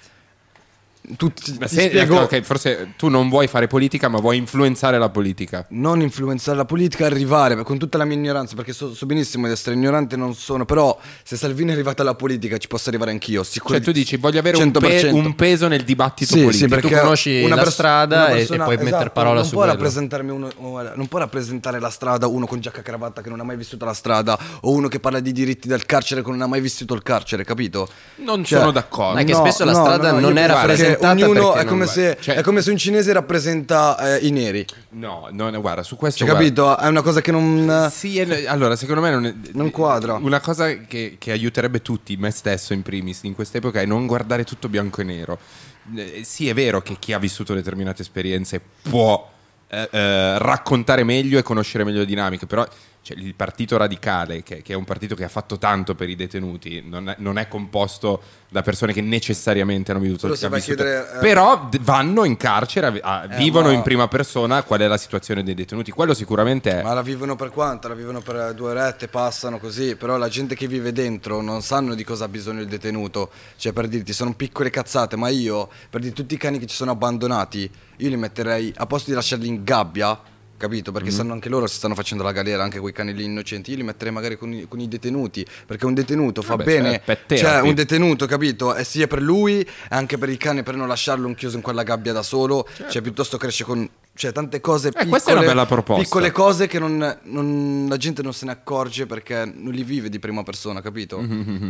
Tutti, Ma ti se- spiego, ok, forse tu non vuoi fare politica, ma vuoi influenzare la politica. non influenzare la politica, arrivare con tutta la mia ignoranza, perché so, so benissimo di essere ignorante, non sono, però se Salvini è arrivato alla politica ci posso arrivare anch'io, sicuro. Cioè tu dici voglio avere un, cento per pe- cento. un peso nel dibattito Sì, politico. sì, perché Tu conosci una la pers- strada una e- persona- e puoi mettere esatto, parola non su può quello. rappresentarmi uno, oh, non può rappresentare la strada uno con giacca e cravatta che non ha mai vissuto la strada o uno che parla di diritti del carcere che non ha mai vissuto il carcere, capito? Non Cioè, sono d'accordo. Ma è che spesso la strada non io è penso rappresentata che ognuno perché è come, non- se, cioè- è come se un cinese rappresenta eh, i neri. No, no, no, guarda, su questo Cioè, guarda- capito? È una cosa che non... Sì, e- allora secondo me non, è- Non quadra. Una cosa che, che aiuterebbe tutti, me stesso in primis, in quest'epoca è non guardare tutto bianco e nero. Eh, sì, è vero che chi ha vissuto determinate esperienze può eh, eh, raccontare meglio e conoscere meglio le dinamiche, però cioè, il partito radicale, che, che è un partito che ha fatto tanto per i detenuti, non è, non è composto da persone che necessariamente hanno vissuto, Però se ha vai a vissuto- chiedere, eh, però d- vanno in carcere, a- a- Eh, vivono ma- in prima persona qual è la situazione dei detenuti. Quello sicuramente è. Ma la vivono per quanto? La vivono per due orette, passano così, però la gente che vive dentro non sanno di cosa ha bisogno il detenuto, cioè per dirti sono piccole cazzate, ma io per dirti tutti i cani che ci sono abbandonati, io li metterei a posto di lasciarli in gabbia, capito? Perché sanno anche loro si stanno facendo la galera, anche quei cani lì innocenti, io li metterei magari con i, con i detenuti, perché un detenuto fa Vabbè, bene, cioè, pet cioè therapy. un detenuto, capito? È sia per lui, e anche per il cane, per non lasciarlo chiuso in quella gabbia da solo, cioè piuttosto cresce con... Cioè tante cose piccole, Eh, questa è una bella proposta. piccole cose che non, non- la gente non se ne accorge perché non li vive di prima persona, capito?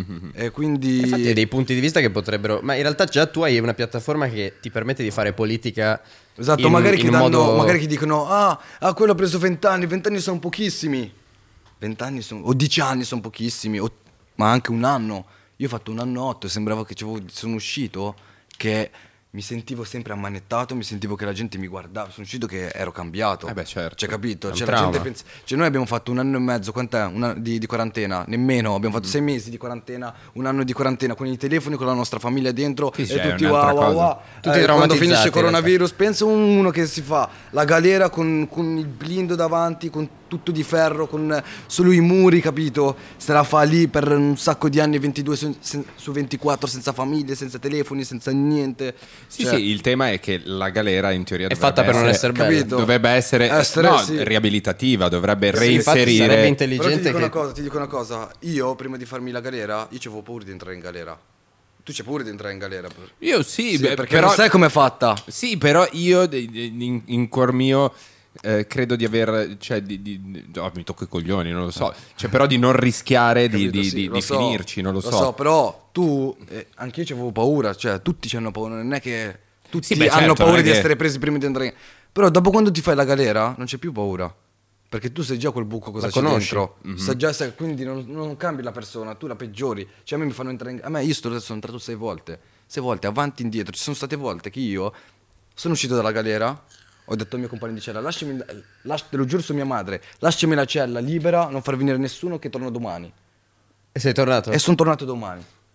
E quindi... Infatti hai dei punti di vista che potrebbero... Ma in realtà già tu hai una piattaforma che ti permette di fare politica. Esatto, in- magari, in che danno, modo... magari che dicono ah, ah, quello ha preso vent'anni, vent'anni sono pochissimi. Vent'anni sono... o dieci anni sono pochissimi, o- ma anche un anno. Io ho fatto un anno otto e sembrava che c'avevo- sono uscito, che mi sentivo sempre ammanettato, mi sentivo che la gente mi guardava, sono uscito che ero cambiato. Eh beh, certo. Cioè, capito? È un Cioè, la trauma. gente pensa... cioè, noi abbiamo fatto un anno e mezzo, quant'è? Una- di, di quarantena, nemmeno, abbiamo Mm. fatto sei mesi di quarantena, un anno di quarantena con i telefoni, con la nostra famiglia dentro Sì, sì, e è tutti un'altra wow, wow, cosa. wow. Tutti Eh, quando traumatizzati, finisce il in coronavirus, pensa uno che si fa la galera con, con il blindo davanti, con tutto di ferro, con solo i muri, capito? Se la fa lì per un sacco di anni, ventidue su, sen- su ventiquattro, senza famiglie, senza telefoni, senza niente. Sì, Cioè, sì, il tema è che la galera in teoria È dovrebbe fatta per non essere bella. capito? Dovrebbe essere, Essere, no, sì. riabilitativa, dovrebbe Sì, infatti reinserire. sarebbe Però intelligente ti dico che... una cosa, ti dico una cosa, io prima di farmi la galera, io c'avevo paura di entrare in galera. Tu c'hai paura di entrare in galera? Io sì, Sì, beh, perché però non sai com'è fatta. Sì, però io de- de- in, in cuor mio eh, credo di aver, cioè, di, di- oh, mi tocco i coglioni, non lo so, cioè, però di non rischiare di, Capito? di- Sì, di- lo di so, finirci, non lo, Lo so. so, però tu, eh, anche io c'avevo paura, cioè tutti hanno paura, non è che tutti Sì, beh, hanno certo, paura non è di che- essere presi prima di entrare in... Però dopo quando ti fai la galera non c'è più paura. Perché tu sai già quel buco cosa La c'è conosci. dentro. Mhm. Sai già, sai- quindi non, non cambi la persona, tu la peggiori. Cioè a me mi fanno entrare in... A me io sto, sono entrato sei volte. Sei volte, avanti e indietro. Ci sono state volte che io sono uscito dalla galera, ho detto al mio compagno di cella, lasciami, lasci- te lo giuro su mia madre, lasciami la cella libera, non far venire nessuno che torno domani. E sei tornato? E sono tornato domani.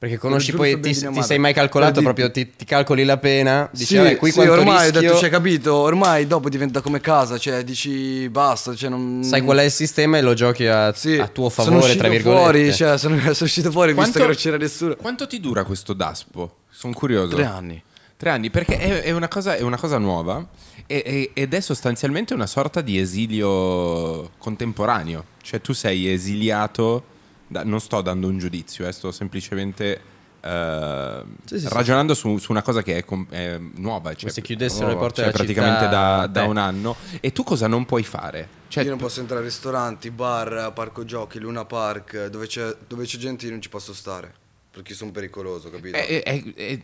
Perché conosci Giuro poi, sul bene ti, di mia ti madre. sei mai calcolato Per proprio, ti, ti calcoli la pena, dici Sì, vabbè, qui sì, quanto ormai ho rischio, detto, cioè, capito, ormai dopo diventa come casa, cioè dici basta, cioè non... sai qual è il sistema e lo giochi a, Sì, a tuo sono favore, uscito tra virgolette. fuori, cioè sono, sono uscito fuori visto che non c'era nessuno. Quanto ti dura questo daspo? Sono curioso. Tre anni. Tre anni, perché è, è, una, cosa, è una cosa nuova e, e, ed è sostanzialmente una sorta di esilio contemporaneo. Cioè tu sei esiliato, da, non sto dando un giudizio, eh, sto semplicemente eh, Sì, sì, ragionando su, su una cosa che è, com- è nuova. Cioè, Come se chiudessero nuova, le porte cioè della praticamente città da, a da te. un anno. E tu cosa non puoi fare? Cioè, Io non posso entrare a ristoranti, bar, parco giochi, Luna Park, dove c'è, dove c'è gente io non ci posso stare. Perché sono pericoloso, capito? è- è- è-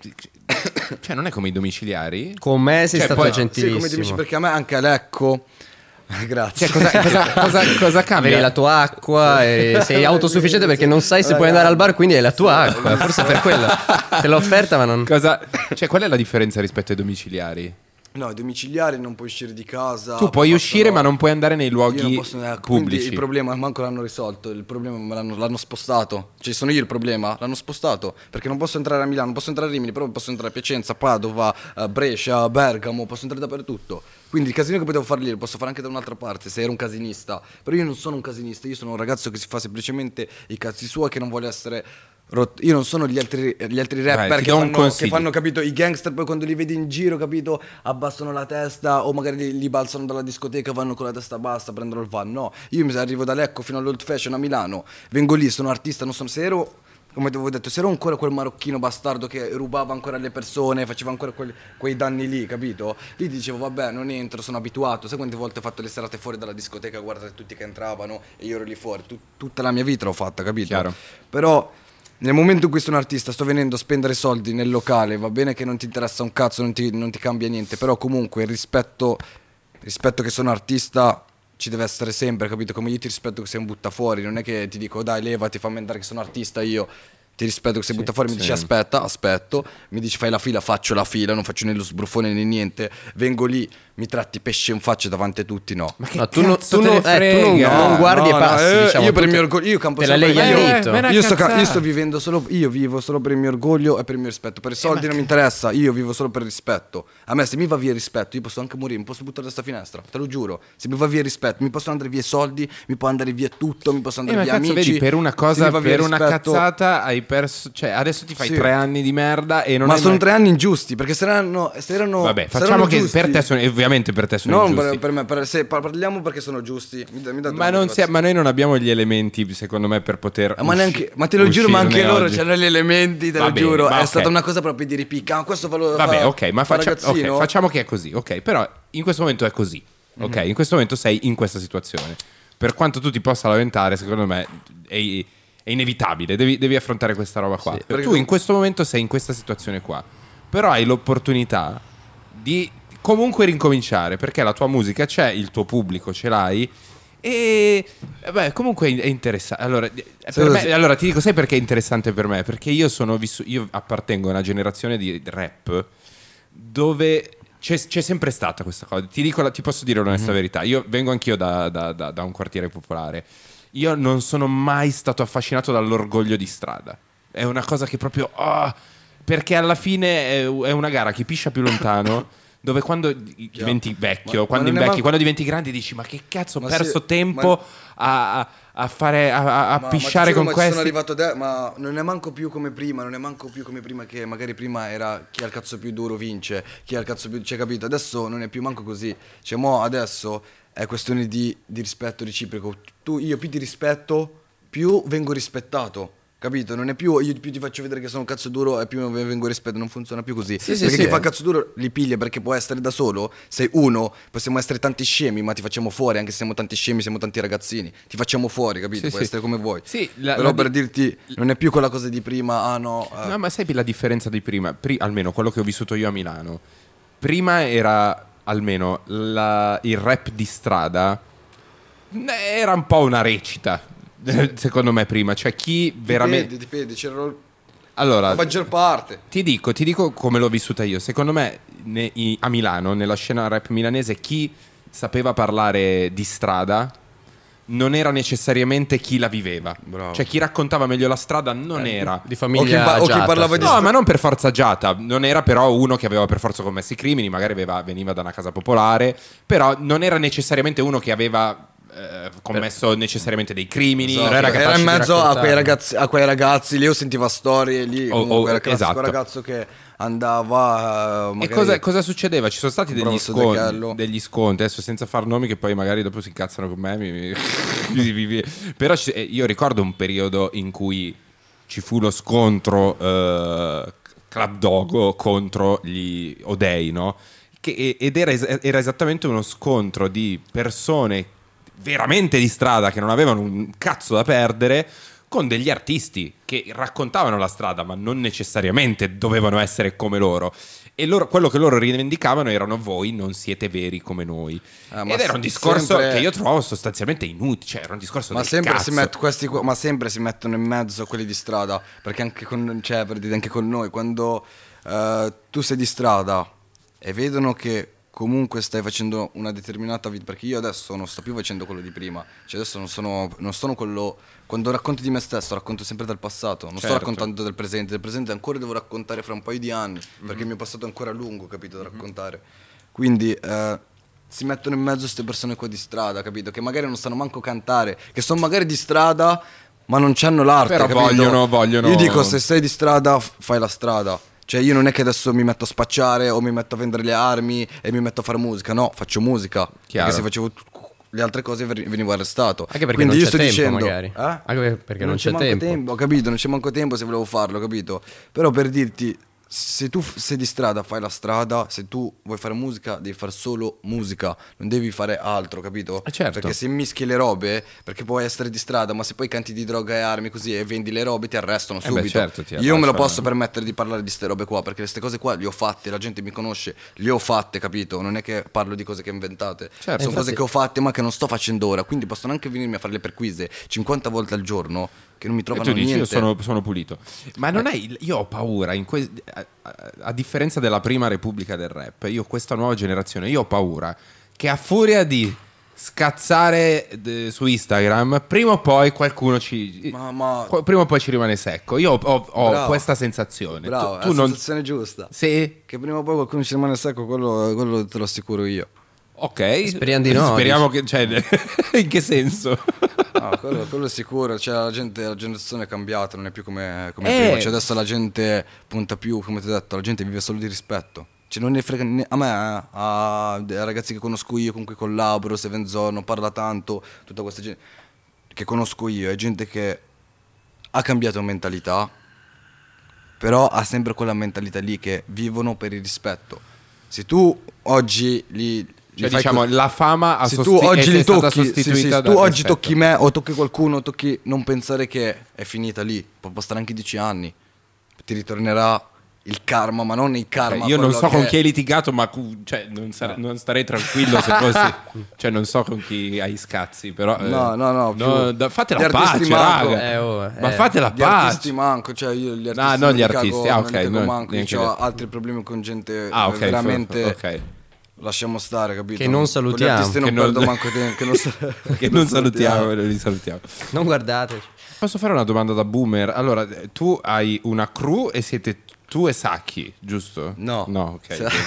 cioè non è come i domiciliari? Con me sei Cioè, stato poi- Sì, come gentilissimo. dici, perché a me anche a Lecco. Grazie. Cioè, cosa, cosa, cosa, cosa cambia? Avevi la tua acqua e sei autosufficiente perché non sai se puoi andare al bar, quindi hai la tua acqua. Forse per quello te l'ho offerta, ma non. Cosa, cioè, qual è la differenza rispetto ai domiciliari? No, i domiciliari non puoi uscire di casa. Tu puoi possono- uscire, ma non puoi andare nei Io luoghi non posso, ecco, quindi pubblici. il problema manco l'hanno risolto. Il problema me l'hanno, l'hanno spostato. Cioè, sono io il problema. L'hanno spostato. Perché non posso entrare a Milano, non posso entrare a Rimini, però posso entrare a Piacenza, Padova, a Brescia, Bergamo, posso entrare dappertutto. Quindi il casino che potevo fare lì lo posso fare anche da un'altra parte, se ero un casinista. Però io non sono un casinista, io sono un ragazzo che si fa semplicemente i cazzi suoi, che non vuole essere rotto. Io non sono gli altri, gli altri rapper ti che, do un fanno, che consiglio. fanno, capito, i gangster, poi quando li vedi in giro, capito, abbassano la testa o magari li, li balzano dalla discoteca, vanno con la testa bassa, prendono il van. No, io mi arrivo da Lecco fino all'Old Fashion a Milano, vengo lì, sono artista, non sono, se ero, come ti avevo detto, se ero ancora quel marocchino bastardo che rubava ancora le persone, faceva ancora quel- quei danni lì, capito? Lì dicevo, vabbè, non entro, sono abituato. Sai quante volte ho fatto le serate fuori dalla discoteca a guardare tutti che entravano e io ero lì fuori? Tut- tutta la mia vita l'ho fatta, capito? Chiaro. Però nel momento in cui sono artista, sto venendo a spendere soldi nel locale, va bene che non ti interessa un cazzo, non ti, non ti cambia niente, però comunque il rispetto, rispetto che sono artista ci deve essere sempre, capito? Come io ti rispetto che sei un buttafuori, non è che ti dico dai levati, fammi andare che sono artista io. Ti rispetto che sei butta fuori, mi sì. dici aspetta, aspetto, mi dici fai la fila, faccio la fila, non faccio né lo sbruffone né niente, vengo lì, mi tratti pesce in faccia davanti a tutti, no. Ma che No, tu, non- cazzo tu te non- ne eh, tu non, frega? non guardi No, e no, passi. eh, diciamo, io per tu il mio te- orgoglio, io campo te la solo leghi per- al Eh, dito. ma è una Io sto, ca- cazzata. io sto vivendo solo, io vivo solo per il mio orgoglio e per il mio rispetto. Per i soldi non mi interessa, io vivo solo per il rispetto. A me se mi va via il rispetto, io posso anche morire, mi posso buttare da sta finestra, te lo giuro. Se mi va via il rispetto, mi possono andare via i soldi, mi può andare via tutto, mi possono Eh, andare ma via cazzo, amici. vedi, per una Se cosa, mi va via per il una rispetto- cazzata hai perso. Cioè, adesso ti fai Sì. tre anni di merda e non Ma hai sono mai- tre anni ingiusti, perché se erano, se erano Vabbè, se facciamo erano che giusti- per te sono. Ovviamente per te sono Non ingiusti. per, per me, per- se parliamo perché sono giusti. Mi, dà- mi date Ma, una non sia- motivazione. ma noi non abbiamo gli elementi, secondo me, per poter. Eh, ma, usci- neanche, ma te lo giuro, ma anche uscirne loro oggi. c'hanno gli elementi, te Va lo bene, giuro. ma È ok. stata una cosa proprio di ripicca. Ma questo fa lo Vabbè, fa- ok, ma fa faccia- ragazzino. ok, facciamo che è così, ok, però in questo momento è così, ok, in questo momento sei in questa situazione. Per quanto tu ti possa lamentare, secondo me è, è inevitabile, devi, devi affrontare questa roba qua. Sì, Per- perché tu com- in questo momento sei in questa situazione qua, però hai l'opportunità di comunque rincominciare, perché la tua musica c'è, il tuo pubblico ce l'hai. E eh, beh, comunque è interessante. Allora, eh, per Sai cosa- me- allora, ti dico, sai perché è interessante per me? Perché io sono vissu- io appartengo a una generazione di rap dove c'è, c'è sempre stata questa cosa. Ti dico, la- ti posso dire l'onesta verità. Io vengo anch'io da, da- da- da un quartiere popolare. Io non sono mai stato affascinato dall'orgoglio di strada. È una cosa che proprio. ah, perché alla fine è, è una gara chi piscia più lontano. Dove quando diventi vecchio, Ma- quando ma non è invecchi, man- quando diventi grande dici ma che cazzo ho Ma perso sì, tempo a, a- a fare a, a- a Ma- pisciare ma ti giuro, con ma ci questi. sono arrivato de- ma non è manco più come prima, non è manco più come prima che magari prima era chi ha il cazzo più duro vince, chi ha il cazzo più, cioè capito? Adesso non è più manco così. Cioè mo adesso è questione di, di rispetto reciproco. Tu io più ti rispetto, più vengo rispettato. Capito? Non è più io più ti faccio vedere che sono un cazzo duro e più vengo rispettato, non funziona più così. Sì, sì, perché sì. chi fa cazzo duro li piglia perché può essere da solo. Sei uno, possiamo essere tanti scemi, ma ti facciamo fuori, anche se siamo tanti scemi, siamo tanti ragazzini. Ti facciamo fuori, capito? Sì, Puoi sì. essere come vuoi. Sì, la- Però la per di- dirti, non è più quella cosa di prima, ah no. eh. No, ma sai la differenza di prima? Pri- almeno quello che ho vissuto io a Milano. Prima era almeno la- il rap di strada era un po' una recita. Secondo me prima, cioè chi veramente Dipende, dipende, c'era la allora maggior parte. ti dico, ti dico come l'ho vissuta io. Secondo me ne- i- a Milano, nella scena rap milanese, chi sapeva parlare di strada non era necessariamente chi la viveva. Bravo. Cioè chi raccontava meglio la strada non Eh, era di O chi, famiglia pa- o chi agiata, parlava sì. di No, sta- ma non per forza agiata, non era però uno che aveva per forza commesso i crimini, magari aveva- veniva da una casa popolare, però non era necessariamente uno che aveva eh, commesso necessariamente dei crimini. Esatto. era Era, capace in di mezzo a raccontarlo. quei, ragazzi, a quei ragazzi lì, io sentivo storie lì, Oh, comunque oh, era il classico esatto. ragazzo che andava... eh, E magari- cosa, cosa succedeva? Ci sono stati Bravo degli Sodechello. sconti, degli sconti, adesso senza far nomi che poi magari dopo si incazzano con me. mi- mi- mi- mi- mi- Però ci- eh, io ricordo un periodo in cui ci fu lo scontro eh, Club Dogo contro gli Odei, no? Che, ed era, es- era esattamente uno scontro di persone veramente di strada che non avevano un cazzo da perdere con degli artisti che raccontavano la strada ma non necessariamente dovevano essere come loro. E loro, quello che loro rivendicavano erano: voi non siete veri come noi. Eh, ma Ed era un se- discorso sempre- che io trovo sostanzialmente inutile. Cioè era un discorso Ma del sempre, cazzo. si met- questi qua- ma sempre si mettono in mezzo quelli di strada, perché anche con, cioè, per dire, anche con noi, quando eh, tu sei di strada e vedono che comunque stai facendo una determinata vita, perché io adesso non sto più facendo quello di prima, cioè adesso non sono, non sono quello, quando racconto di me stesso racconto sempre del passato, non sto Certo. raccontando del presente, del presente ancora devo raccontare fra un paio di anni, perché il mio passato è ancora lungo, capito, da raccontare. Quindi eh, si mettono in mezzo queste persone qua di strada, capito, che magari non sanno manco cantare, che sono magari di strada ma non c'hanno l'arte, Però capito? vogliono- vogliono- Io dico, se sei di strada f- fai la strada. Cioè io non è che adesso mi metto a spacciare o mi metto a vendere le armi e mi metto a fare musica, no, faccio musica. Chiaro. Perché se facevo t- le altre cose ver- venivo arrestato. Anche perché Quindi non io c'è sto tempo, dicendo, magari. eh? Anche perché non c'è manco tempo. Ho capito, non c'è manco tempo se volevo farlo, capito? Però per dirti, se tu f- sei di strada fai la strada, se tu vuoi fare musica devi fare solo musica, non devi fare altro, capito? Eh, certo. Perché se mischi le robe, perché puoi essere di strada, ma se poi canti di droga e armi così e vendi le robe ti arrestano Eh beh, subito. certo, ti Io me lo allacciano. posso permettere di parlare di ste robe qua, perché queste cose qua le ho fatte, la gente mi conosce, le ho fatte, capito? Non è che parlo di cose che ho inventate. Certo. Sono Infatti- cose che ho fatte ma che non sto facendo ora, quindi possono anche venirmi a fare le perquise cinquanta volte al giorno che non mi E trovano tu dici: niente. io sono, sono pulito. Ma non hai. Io ho paura. In que- a, a- a differenza della prima repubblica del rap, io, questa nuova generazione, io ho paura che a furia di scazzare d- su Instagram, prima o poi qualcuno ci. Ma- ma- qu- prima o poi ci rimane secco. Io ho, ho- ho Bravo. questa sensazione. Bravo, tu è tu la non. sensazione giusta. Sì. Che prima o poi qualcuno ci rimane secco, quello, quello te lo assicuro io. Ok. Speriamo di no, Speriamo che. Cioè, in che senso? No, quello, quello è sicuro, cioè la gente, la generazione è cambiata, non è più come, come Eh. prima, cioè adesso la gente punta più, come ti ho detto, la gente vive solo di rispetto. Cioè non ne frega ne- a me, eh, a dei ragazzi che conosco io, con cui collaboro, Sevenzorno, parla tanto, tutta questa gente che conosco io, è gente che ha cambiato mentalità, però ha sempre quella mentalità lì che vivono per il rispetto. Se tu oggi li, li Cioè, fai diciamo, co- la fama ha se tu sosti- oggi è li stata tocchi, sì, sostituita sì, se dal tu oggi rispetto. tocchi me o tocchi qualcuno, tocchi, non pensare che è finita lì, può passare anche dieci anni, ti ritornerà il karma, ma non il karma. Cioè, io non quello so con che- chi hai litigato, ma cu- cioè, non, sare- non starei tranquillo se fossi. Cioè, non so con chi hai scazzi, però. eh, No, no, no, più- da- fate gli la artisti pace, manco. raga. Eh, oh, Ma eh. fate la Gli artisti pace. manco, cioè io gli artisti Ah, no, non gli li cago- artisti, ah, non ok, li cago no, manco, neanche io ho gli- altri problemi con gente Ah, eh, ok, veramente ok. lasciamo stare, capito? Che non salutiamo. Con gli artisti non Che non- perdo manco tempo, che non, sa- Che non salutiamo, li salutiamo. Non guardateci. Posso fare una domanda da boomer? Allora, eh, tu hai una crew e siete tu e Sacchi, giusto? No. No, ok. Sa-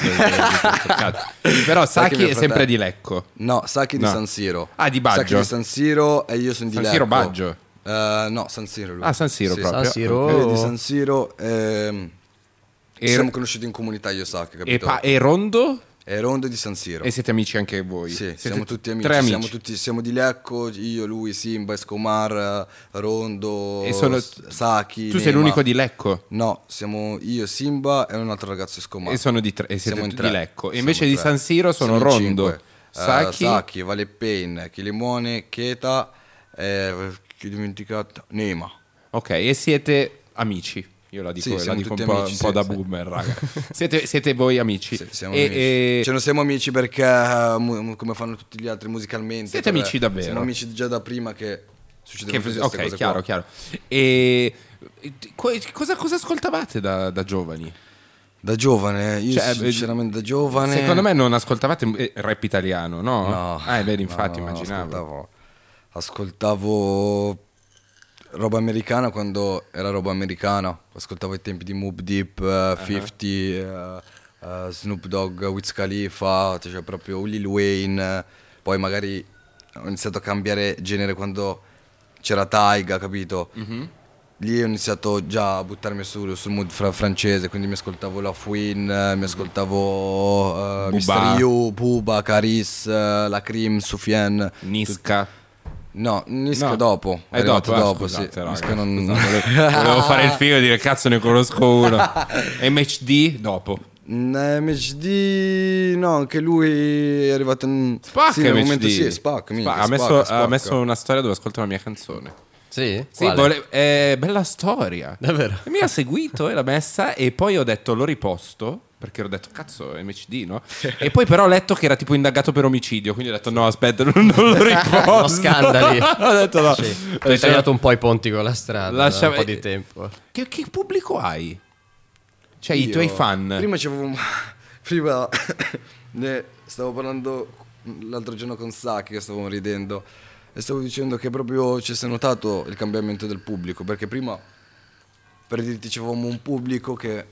Però Sacchi è Sacchi mio è sempre fratello. di Lecco. No, Sacchi di No. San Siro. Ah, di Baggio. Sacchi di San Siro e io sono di San Lecco. Siro, Baggio. Eh, no, San Siro lui. Ah, San Siro Sì, proprio. San Siro. Lui è di San Siro. ehm, E- ci siamo conosciuti in comunità io e Sacchi, E, capito? pa- e Rondo? È Rondo di San Siro. E siete amici anche voi? Sì, Siete siamo tutti amici. Tre amici. Siamo, tutti, siamo di Lecco, io, lui, Simba, Escomar, Rondo, E sono- S- Sacchi. Tu sei Nema. l'unico di Lecco? No, siamo io, Simba e un altro ragazzo Escomar. E sono di tre, e siete Siamo in tutti tre. di Lecco. E Siamo invece in di tre. San Siro sono Siamo in Rondo, cinque. Eh, Sacchi, Sacchi, Vale Pain, Chilimone, Cheta, eh, chi ho dimenticato? Nema. Ok, e siete amici. Io la dico, Sì, la siamo dico un tutti po', amici, un po' sì, da sì. boomer, raga. Siete, siete voi amici. Sì, siamo e, amici. e- Cioè non siamo amici perché eh, mu- come fanno tutti gli altri musicalmente. Siete per- amici davvero? Siamo amici già da prima che che- succedevano tutte queste ok, cose chiaro, qua. chiaro. E e- co- cosa, cosa ascoltavate da, da giovani? Da giovane, io Cioè, sinceramente da giovane. Secondo me non ascoltavate eh, rap italiano, no? No. Ah, vedi, infatti, No, no, immaginavo. ascoltavo. ascoltavo roba americana quando era roba americana. Ascoltavo ai tempi di Mobb Deep, uh, cinquanta, uh, uh, Snoop Dogg, Wiz Khalifa, cioè proprio Lil Wayne. Poi magari ho iniziato a cambiare genere quando c'era Taiga, capito? Mm-hmm. Lì ho iniziato già a buttarmi su, sul mood fra- francese, quindi mi ascoltavo La Fouine, mi ascoltavo uh, mister You, Booba, Caris, uh, La Cream, Soufiane. Niska. No, Niska No. dopo. È dopo, dopo eh, sì. scusate, raga, Niska non... scusate, volevo, volevo fare il figo e dire cazzo ne conosco uno. M H D dopo. M H D, no, anche lui è arrivato in... Spac sì, nel M H D. momento sì, Spac, Spac. minchia, Ha, messo, Spac, ha Spac. messo una storia dove ascolta la mia canzone. Sì? Sì, Quale? vole- è bella storia. Davvero? E mi ha seguito e l'ha messa e poi ho detto lo riposto perché ho detto cazzo M H D, no? E poi però ho letto che era tipo indagato per omicidio, quindi ho detto no aspetta non, non lo riposto. Lo scandali. Ho detto no. Sì. Tu hai tagliato un po' i ponti con la strada Lascia- da un po' di tempo. Che, che pubblico hai? Cioè i Io- tuoi fan? Prima c'avevo un- prima ne stavo parlando l'altro giorno con Saki, che stavamo ridendo, e stavo dicendo che proprio ci si è notato il cambiamento del pubblico, perché prima, per dirti, c'avevamo un pubblico che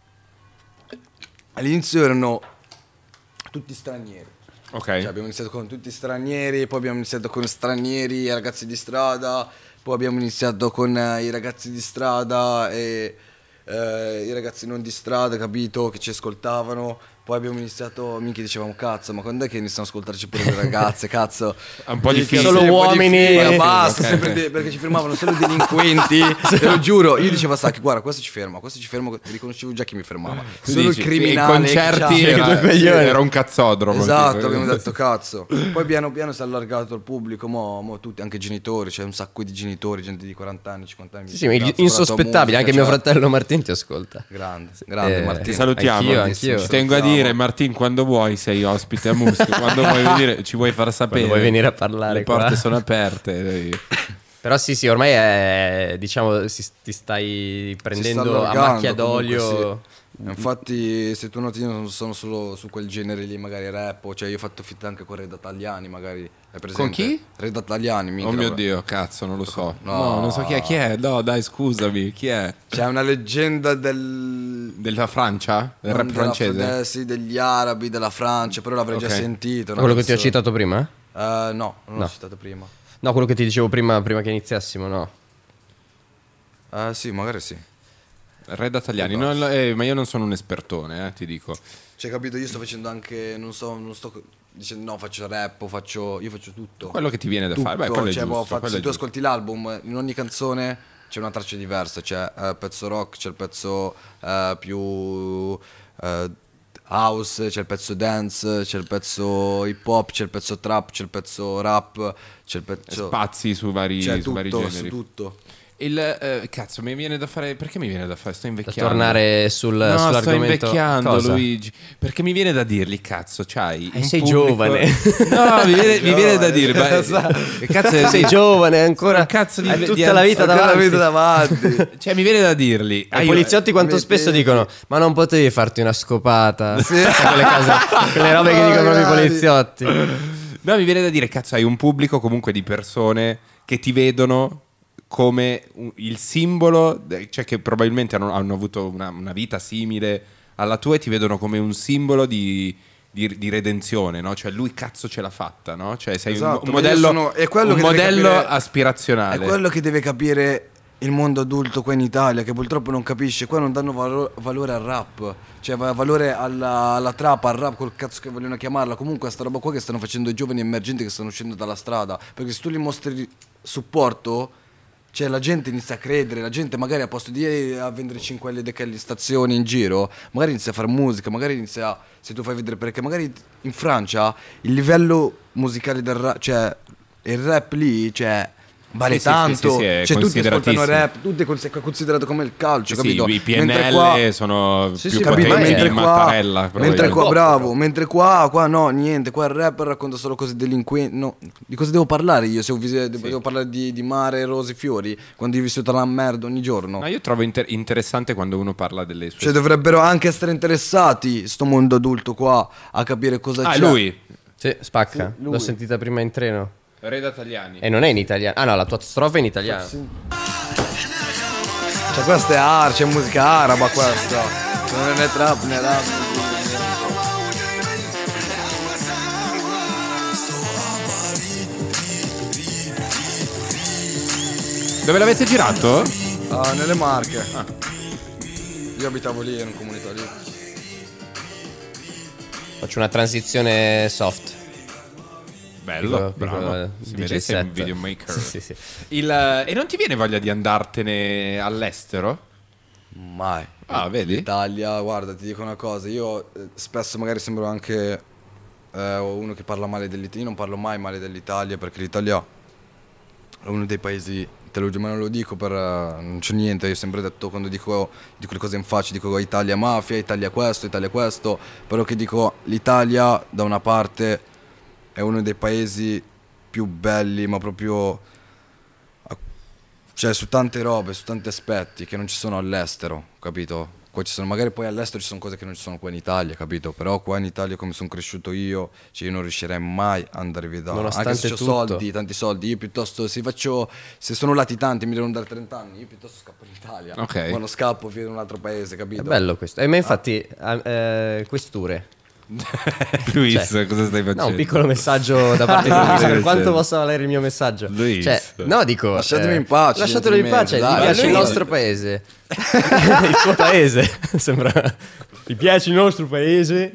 all'inizio erano tutti stranieri. Ok. Cioè, abbiamo iniziato con tutti stranieri, poi abbiamo iniziato con stranieri e ragazzi di strada, poi abbiamo iniziato con eh, i ragazzi di strada e eh, i ragazzi non di strada, capito, che ci ascoltavano. Poi abbiamo iniziato, minchia, dicevamo cazzo, ma quando è che iniziano a ascoltarci pure le ragazze, cazzo? È un po' Minchia, difficile. Solo sì, un po' uomini. difficile, Ok. basta, sempre de- perché ci fermavano solo delinquenti, te lo giuro. Io dicevo a Sacchi, guarda, questo ci ferma, questo ci ferma, riconoscevo già chi mi fermava. Tu Solo dici, il criminale. I concerti cioè, era, due coglioni. era un cazzodromo. Esatto, tipo. abbiamo detto cazzo. Poi piano piano si è allargato il pubblico, mo, mo tutti, anche i genitori, c'è un sacco di genitori, gente di quaranta anni, cinquanta anni. Sì, sì, ma Cazzo, insospettabile, musica, anche mio cioè, fratello Martin ti ascolta. Grande, grande Eh, Martino. Ti salutiamo. Anch'io, anch'io. Ci tengo a Salutiamo. dire, Martin, quando vuoi sei ospite a Muschio, quando vuoi venire ci vuoi far sapere. Quando vuoi venire a parlare Le porte qua. sono aperte. Però sì, sì, ormai è, diciamo, si- ti stai prendendo a allargando macchia d'olio. comunque, sì. Infatti, se tu noti, io non sono solo su quel genere lì, magari rap, cioè io ho fatto fit anche con Reda Tagliani, magari. Hai presente? Con chi? Reda Tagliani, minchia, Oh mio vabbè. Dio, cazzo, non lo so. No. No, non so chi è. Chi è? No, dai, scusami, chi è? C'è una leggenda del... Della Francia? Del rap della- francese? eh, sì, degli arabi, della Francia, però l'avrei già Ok. sentito. una Quello che ti ho persona- citato prima? Eh, no, non No. l'ho citato prima. No, quello che ti dicevo prima, prima che iniziassimo, no. Eh sì, magari sì. Reda Tagliani, no, eh, ma io non sono un espertone, eh, ti dico. Cioè, capito, io sto facendo anche, non so, non sto dicendo no, faccio rap, o faccio, io faccio tutto. Quello che ti viene da Tutto, fare, beh, quello è cioè, boh, giusto, faccio- quello se è tu giusto. ascolti l'album, in ogni canzone c'è una traccia diversa, c'è eh, il pezzo rock, c'è il pezzo eh, più eh, house, c'è il pezzo dance, c'è il pezzo hip hop, c'è il pezzo trap, c'è il pezzo rap, c'è il pezzo... Spazi su vari, c'è su vari tutto, su generi. tutto. Il eh, cazzo, mi viene da fare. Perché mi viene da fare? Sto Da invecchiando. tornare sul, No, sto sull'argomento. invecchiando, Cosa? Luigi. Perché mi viene da dirgli, cazzo, c'hai. Eh, un sei pubblico- giovane. No, mi viene, mi viene da dire. ma- Esatto. che cazzo Tu sei giovane ancora, Un cazzo di- hai di tutta la vita Ancora la davanti. vita davanti. Cioè, mi viene da dirgli. I ah, io- poliziotti quanto mi spesso pensi. dicono ma non potevi farti una scopata. Sì. Sai, quelle, cose, quelle robe che No, dicono proprio i magari. poliziotti. No, mi viene da dire, cazzo, hai un pubblico comunque di persone che ti vedono come un- il simbolo, de- cioè che probabilmente hanno, hanno avuto una, una vita simile alla tua e ti vedono come un simbolo di, di- di redenzione, no? Cioè lui cazzo ce l'ha fatta, no? Cioè sei un- Esatto, un, ma io modello, sono- è quello un che deve modello capire- aspirazionale. È quello che deve capire il mondo adulto qua in Italia, che purtroppo non capisce. Qua non danno valo- valore al rap, cioè va- valore alla, alla trap, al rap, col cazzo che vogliono chiamarla. Comunque a sta roba qua che stanno facendo i giovani emergenti che stanno uscendo dalla strada. Perché se tu gli mostri supporto, cioè la gente inizia a credere, la gente magari a posto di eh, a vendere cinque L D K alle stazioni in giro, magari inizia a fare musica, magari inizia, se tu fai vedere, perché magari in Francia il livello musicale del rap, cioè il rap lì, cioè vale Sì, sì, tanto, sì, sì, è cioè tutti ascoltano consideratissimo. rap, tutto è cons- è considerato come il calcio, Sì, capito? i P N Mentre L qua- sono Sì, più sì, capito? potenti Mentre di qua, Mattarella. mentre probabilmente. qua bravo, mentre qua, qua no, niente, qua il rapper racconta solo cose delinquenti, no, di cosa devo parlare io? Se ho vis- devo parlare di, di mare, rose, fiori, quando io ho vissuto la merda ogni giorno. No, io trovo inter- interessante quando uno parla delle sue Cioè dovrebbero anche essere interessati, sto mondo adulto qua, a capire cosa Ah, c'è. lui. Sì, spacca. Sì, lui. L'ho sentita prima in treno. Reda Tagliani. E non è in italiano. Ah no, la tua strofa è in italiano. Cioè questa è arte, è musica araba questa. Non è trap né rap. Dove l'avete girato? Ah, nelle Marche. Ah. Io abitavo lì, in una comunità lì. Faccio una transizione soft. Bello, Dico- bravo. dico, Si D J vede sei un set. videomaker. Sì, sì, sì. Il, eh, e non ti viene voglia di andartene all'estero? Mai. Ah, vedi? L'Italia, guarda, ti dico una cosa, io eh, spesso magari sembro anche eh, uno che parla male dell'Italia, io non parlo mai male dell'Italia perché l'Italia è uno dei paesi, te lo giuro, ma non lo dico per, eh, non c'è niente, io ho sempre detto quando dico, dico le cose in faccia, dico Italia mafia, Italia questo, Italia questo, però che dico l'Italia da una parte è uno dei paesi più belli, ma proprio, cioè su tante robe, su tanti aspetti che non ci sono all'estero, capito? Qua ci sono, magari poi all'estero ci sono cose che non ci sono qua in Italia, capito? Però qua in Italia come sono cresciuto io, cioè io non riuscirei mai ad andare via da, Nonostante anche se ho tutto. soldi, tanti soldi, io piuttosto se faccio, se sono latitanti mi devono dare trenta anni, io piuttosto scappo in Italia, Ok. ma non scappo via da un altro paese, capito? È bello questo. E ma infatti, eh, questure. Luis, Cioè, cosa stai facendo? No, un piccolo messaggio da parte di Luis. Per quanto possa valere il mio messaggio? Luis. Cioè, no, dico. Lasciatemi in pace, Lasciatelo in pace. dai, Gli piace dai. il nostro paese. Il suo paese. Sembra. Ti piace il nostro paese.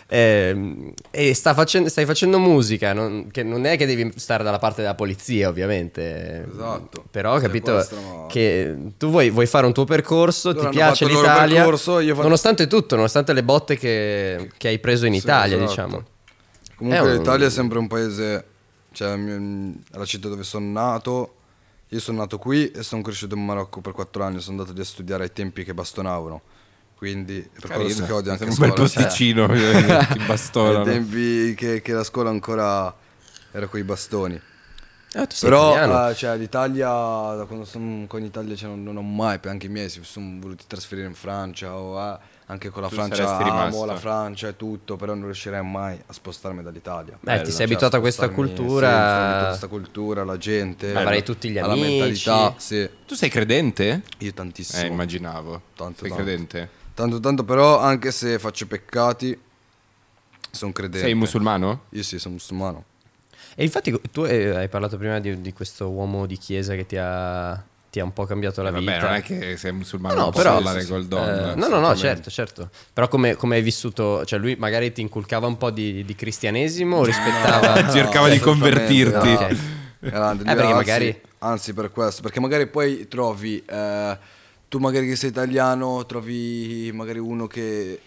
Eh, e sta facendo, stai facendo musica. Non, che non è che devi stare dalla parte della polizia, ovviamente. Esatto. Però ho Se capito questo no. che tu vuoi, vuoi fare un tuo percorso. Loro ti hanno piace fatto il loro l'Italia. percorso, io faccio- Nonostante tutto, nonostante le botte che, che hai preso in Sì, Italia, esatto. diciamo. Comunque È un- l'Italia è sempre un paese, cioè mio- è la città dove sono nato, io sono nato qui e sono cresciuto in Marocco per quattro anni, sono andato lì a studiare ai tempi che bastonavano, quindi per questo che odio anche un a bel scuola, cioè, posticino che ti ai bastonano. tempi che, che la scuola ancora era con i bastoni. Ah, tu sei Però italiano. eh, cioè, l'Italia, da quando sono qua in Italia cioè, non, non ho mai, anche i miei si sono voluti trasferire in Francia o eh, anche con la Tu Francia saresti amo rimasto. la Francia e tutto, però non riuscirei mai a spostarmi dall'Italia. Eh, ti Bello, sei cioè, abituato a questa spostarmi- cultura. Sì, mi sono abituato a questa cultura, la gente, Avrai tutti gli alla amici. mentalità, sì, Tu sei credente? io tantissimo. Eh, immaginavo. Tanto, sei tanto. credente? Tanto tanto però anche se faccio peccati sono credente. Sei musulmano? Io sì, sono musulmano. E infatti tu eh, hai parlato prima di, di questo uomo di chiesa che ti ha, ti ha un po' cambiato la Eh, vita. vabbè, non è che sei musulmano, No, non puoi però- parlare sì, sì. col don. Eh, no, no, no, assolutamente. certo, certo. Però come, come hai vissuto, cioè lui magari ti inculcava un po' di, di cristianesimo o rispettava... Cercava di assolutamente, convertirti. no. Ok. Grande, Eh, lui perché anzi, magari- anzi per questo, perché magari poi trovi, eh, tu magari che sei italiano, trovi magari uno che,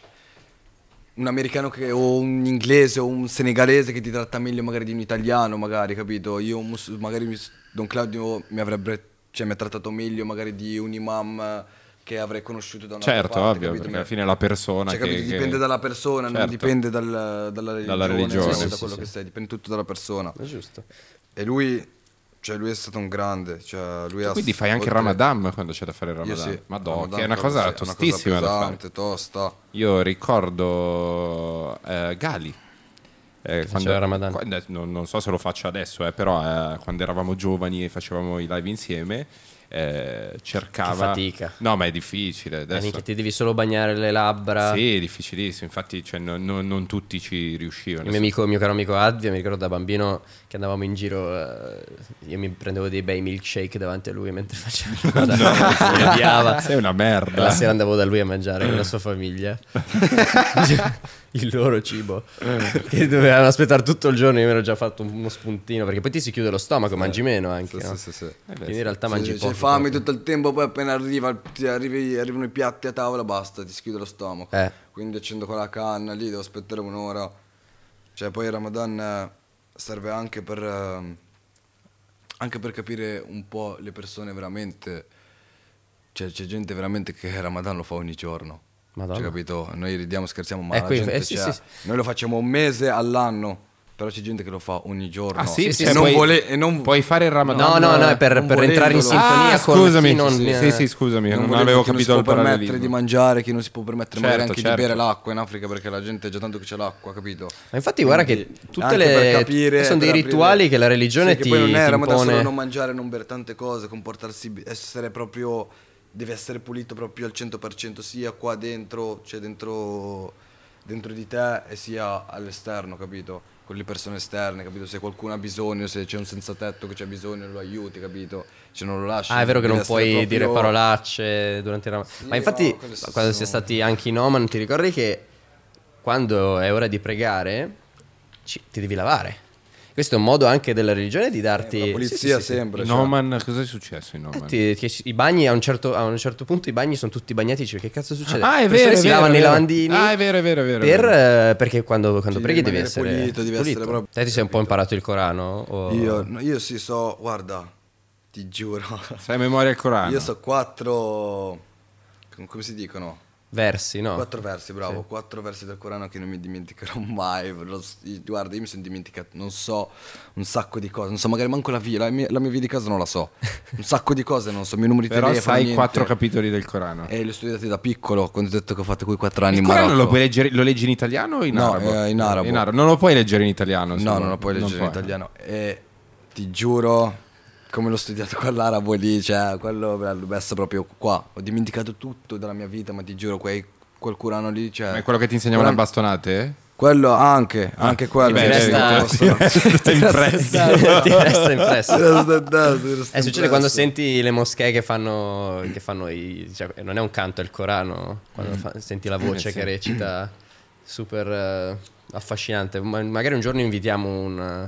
un americano che, o un inglese o un senegalese che ti tratta meglio magari di un italiano, magari, capito? Io un mus- magari mi- Don Claudio mi avrebbe, cioè mi ha trattato meglio magari di un imam che avrei conosciuto da una Certo, parte, ovvio, capito? perché Mi- alla fine è la persona cioè, che, capito? che- Dipende dalla persona, non Certo. dipende dal- dalla religione, Dalla religione, sì, sì, da quello sì, che sì. sei, dipende tutto dalla persona. È giusto. E lui, cioè lui è stato un grande, cioè lui ha Quindi fai anche il oltre- Ramadan quando c'è da fare il Io Ramadan. sì. Madonna, Ramadan, che è una quello cosa sì, è tostissima da fare. pesante, tosta. Io ricordo eh, Gali. Eh, faceva il Ramadan. quando- non, non so se lo faccio adesso, eh, però eh, quando eravamo giovani e facevamo i live insieme, eh, cercava. Che fatica. No, ma è difficile. Eh, Adesso. minchia, ti devi solo bagnare le labbra. Sì, è difficilissimo. Infatti, cioè, non, non- non tutti ci riuscivano. Il mio, amico, il mio caro amico Advia, mi ricordo da bambino che andavamo in giro, eh, io mi prendevo dei bei milkshake davanti a lui mentre faceva no, mi odiava. Sei una E merda. la sera andavo da lui a mangiare con la sua famiglia il loro cibo che dovevano aspettare tutto il giorno. Io mi ero già fatto uno spuntino perché poi ti si chiude lo stomaco, mangi meno anche, Sì, no? sì, sì, sì. Quindi in realtà Sì, mangi sì, poco. c'è fame proprio. tutto il tempo, poi appena arriva, ti arrivi- arrivano i piatti a tavola, basta, ti si chiude lo stomaco. Eh. Quindi accendo con la canna, lì devo aspettare un'ora. Cioè poi il Ramadan eh, serve anche per, ehm, anche per capire un po' le persone veramente. Cioè c'è gente veramente che il Ramadan lo fa ogni giorno. Madonna. Cioè, capito? Noi ridiamo, scherziamo, ma Ecco, la gente eh, sì, c'è. sì, sì. Noi lo facciamo un mese all'anno però c'è gente che lo fa ogni giorno. Ah sì, e sì, non puoi, vuole, e non puoi fare il Ramadan. No, no, no, è per, non per entrare in volendolo. sintonia Ah, con scusami. chi non... Sì, eh, sì, sì, scusami, non, volendo, avevo chi non capito si il può permettere parallelismo. di mangiare, chi non si può permettere Certo, magari anche certo. di bere l'acqua in Africa, perché la gente è già tanto che c'è l'acqua, capito? Ma infatti guarda che Quindi, tutte anche per le... capire, sono dei per rituali aprire- che la religione sì, che ti, poi non è ti Ramadan solo impone. non mangiare, non bere tante cose, comportarsi, essere proprio, deve essere pulito proprio al cento per cento, sia qua dentro, cioè dentro, dentro di te, e sia all'esterno, capito? Con le persone esterne, capito? Se qualcuno ha bisogno, se c'è un senza tetto che c'ha bisogno, lo aiuti, capito? Se non lo lasci. Ah, è vero che devi non essere puoi proprio- dire parolacce durante il Ramadan. Sì, Ma infatti, no, quelle sono- quando si è stati anche in Oman, ti ricordi che quando è ora di pregare, ci- ti devi lavare. Questo è un modo anche della religione di darti... La Sì, polizia sì, sì, sì. sempre. In cioè. Oman, cosa è successo in Oman? Ti- ti- I bagni a un, certo, a un certo punto i bagni sono tutti bagnati, dici, che cazzo succede? Ah, è Persone vero, è si vero, lavano è i vero. lavandini. Ah, è vero, è vero, è vero. è Per, vero. eh, perché quando, quando Sì, preghi devi devi essere rimanere pulito, devi essere proprio- Te ti sei un po' imparato il Corano? O... Io, no, io sì so, guarda, ti giuro. Sai a memoria il Corano? Io so quattro, com- come si dicono? Versi, no? Quattro versi, bravo, quattro versi del Corano che non mi dimenticherò mai. Lo s- Guarda, io mi sono dimenticato, non so un sacco di cose, non so magari manco la via, la mia, la mia via di casa non la so. Un sacco di cose non so, i miei numeri di Però telefono, sai niente. quattro capitoli del Corano. E li ho studiati da piccolo, quando ho detto che ho fatto quei quattro anni Il in Corano Marocco. lo puoi leggere, lo leggi in italiano o in No, arabo? eh, in arabo. Non lo puoi leggere in italiano. No, insomma. non lo puoi leggere in puoi. italiano. E ti giuro, come l'ho studiato quell'arabo lì, cioè, quello l'ho messo proprio qua. Ho dimenticato tutto della mia vita, ma ti giuro, quei, quel Corano lì, cioè... Ma è quello che ti insegnavano a Quella- bastonate? Quello anche, anche quello. beh, sì, resta- sì, no, Ti impresso. Ti resta impresso. resta addosso, resta Eh, succede quando impresso. senti le moschee che fanno, che fanno i, cioè, non è un canto, è il Corano, quando fa- senti la voce che recita, super eh, affascinante. Ma- magari un giorno invitiamo un,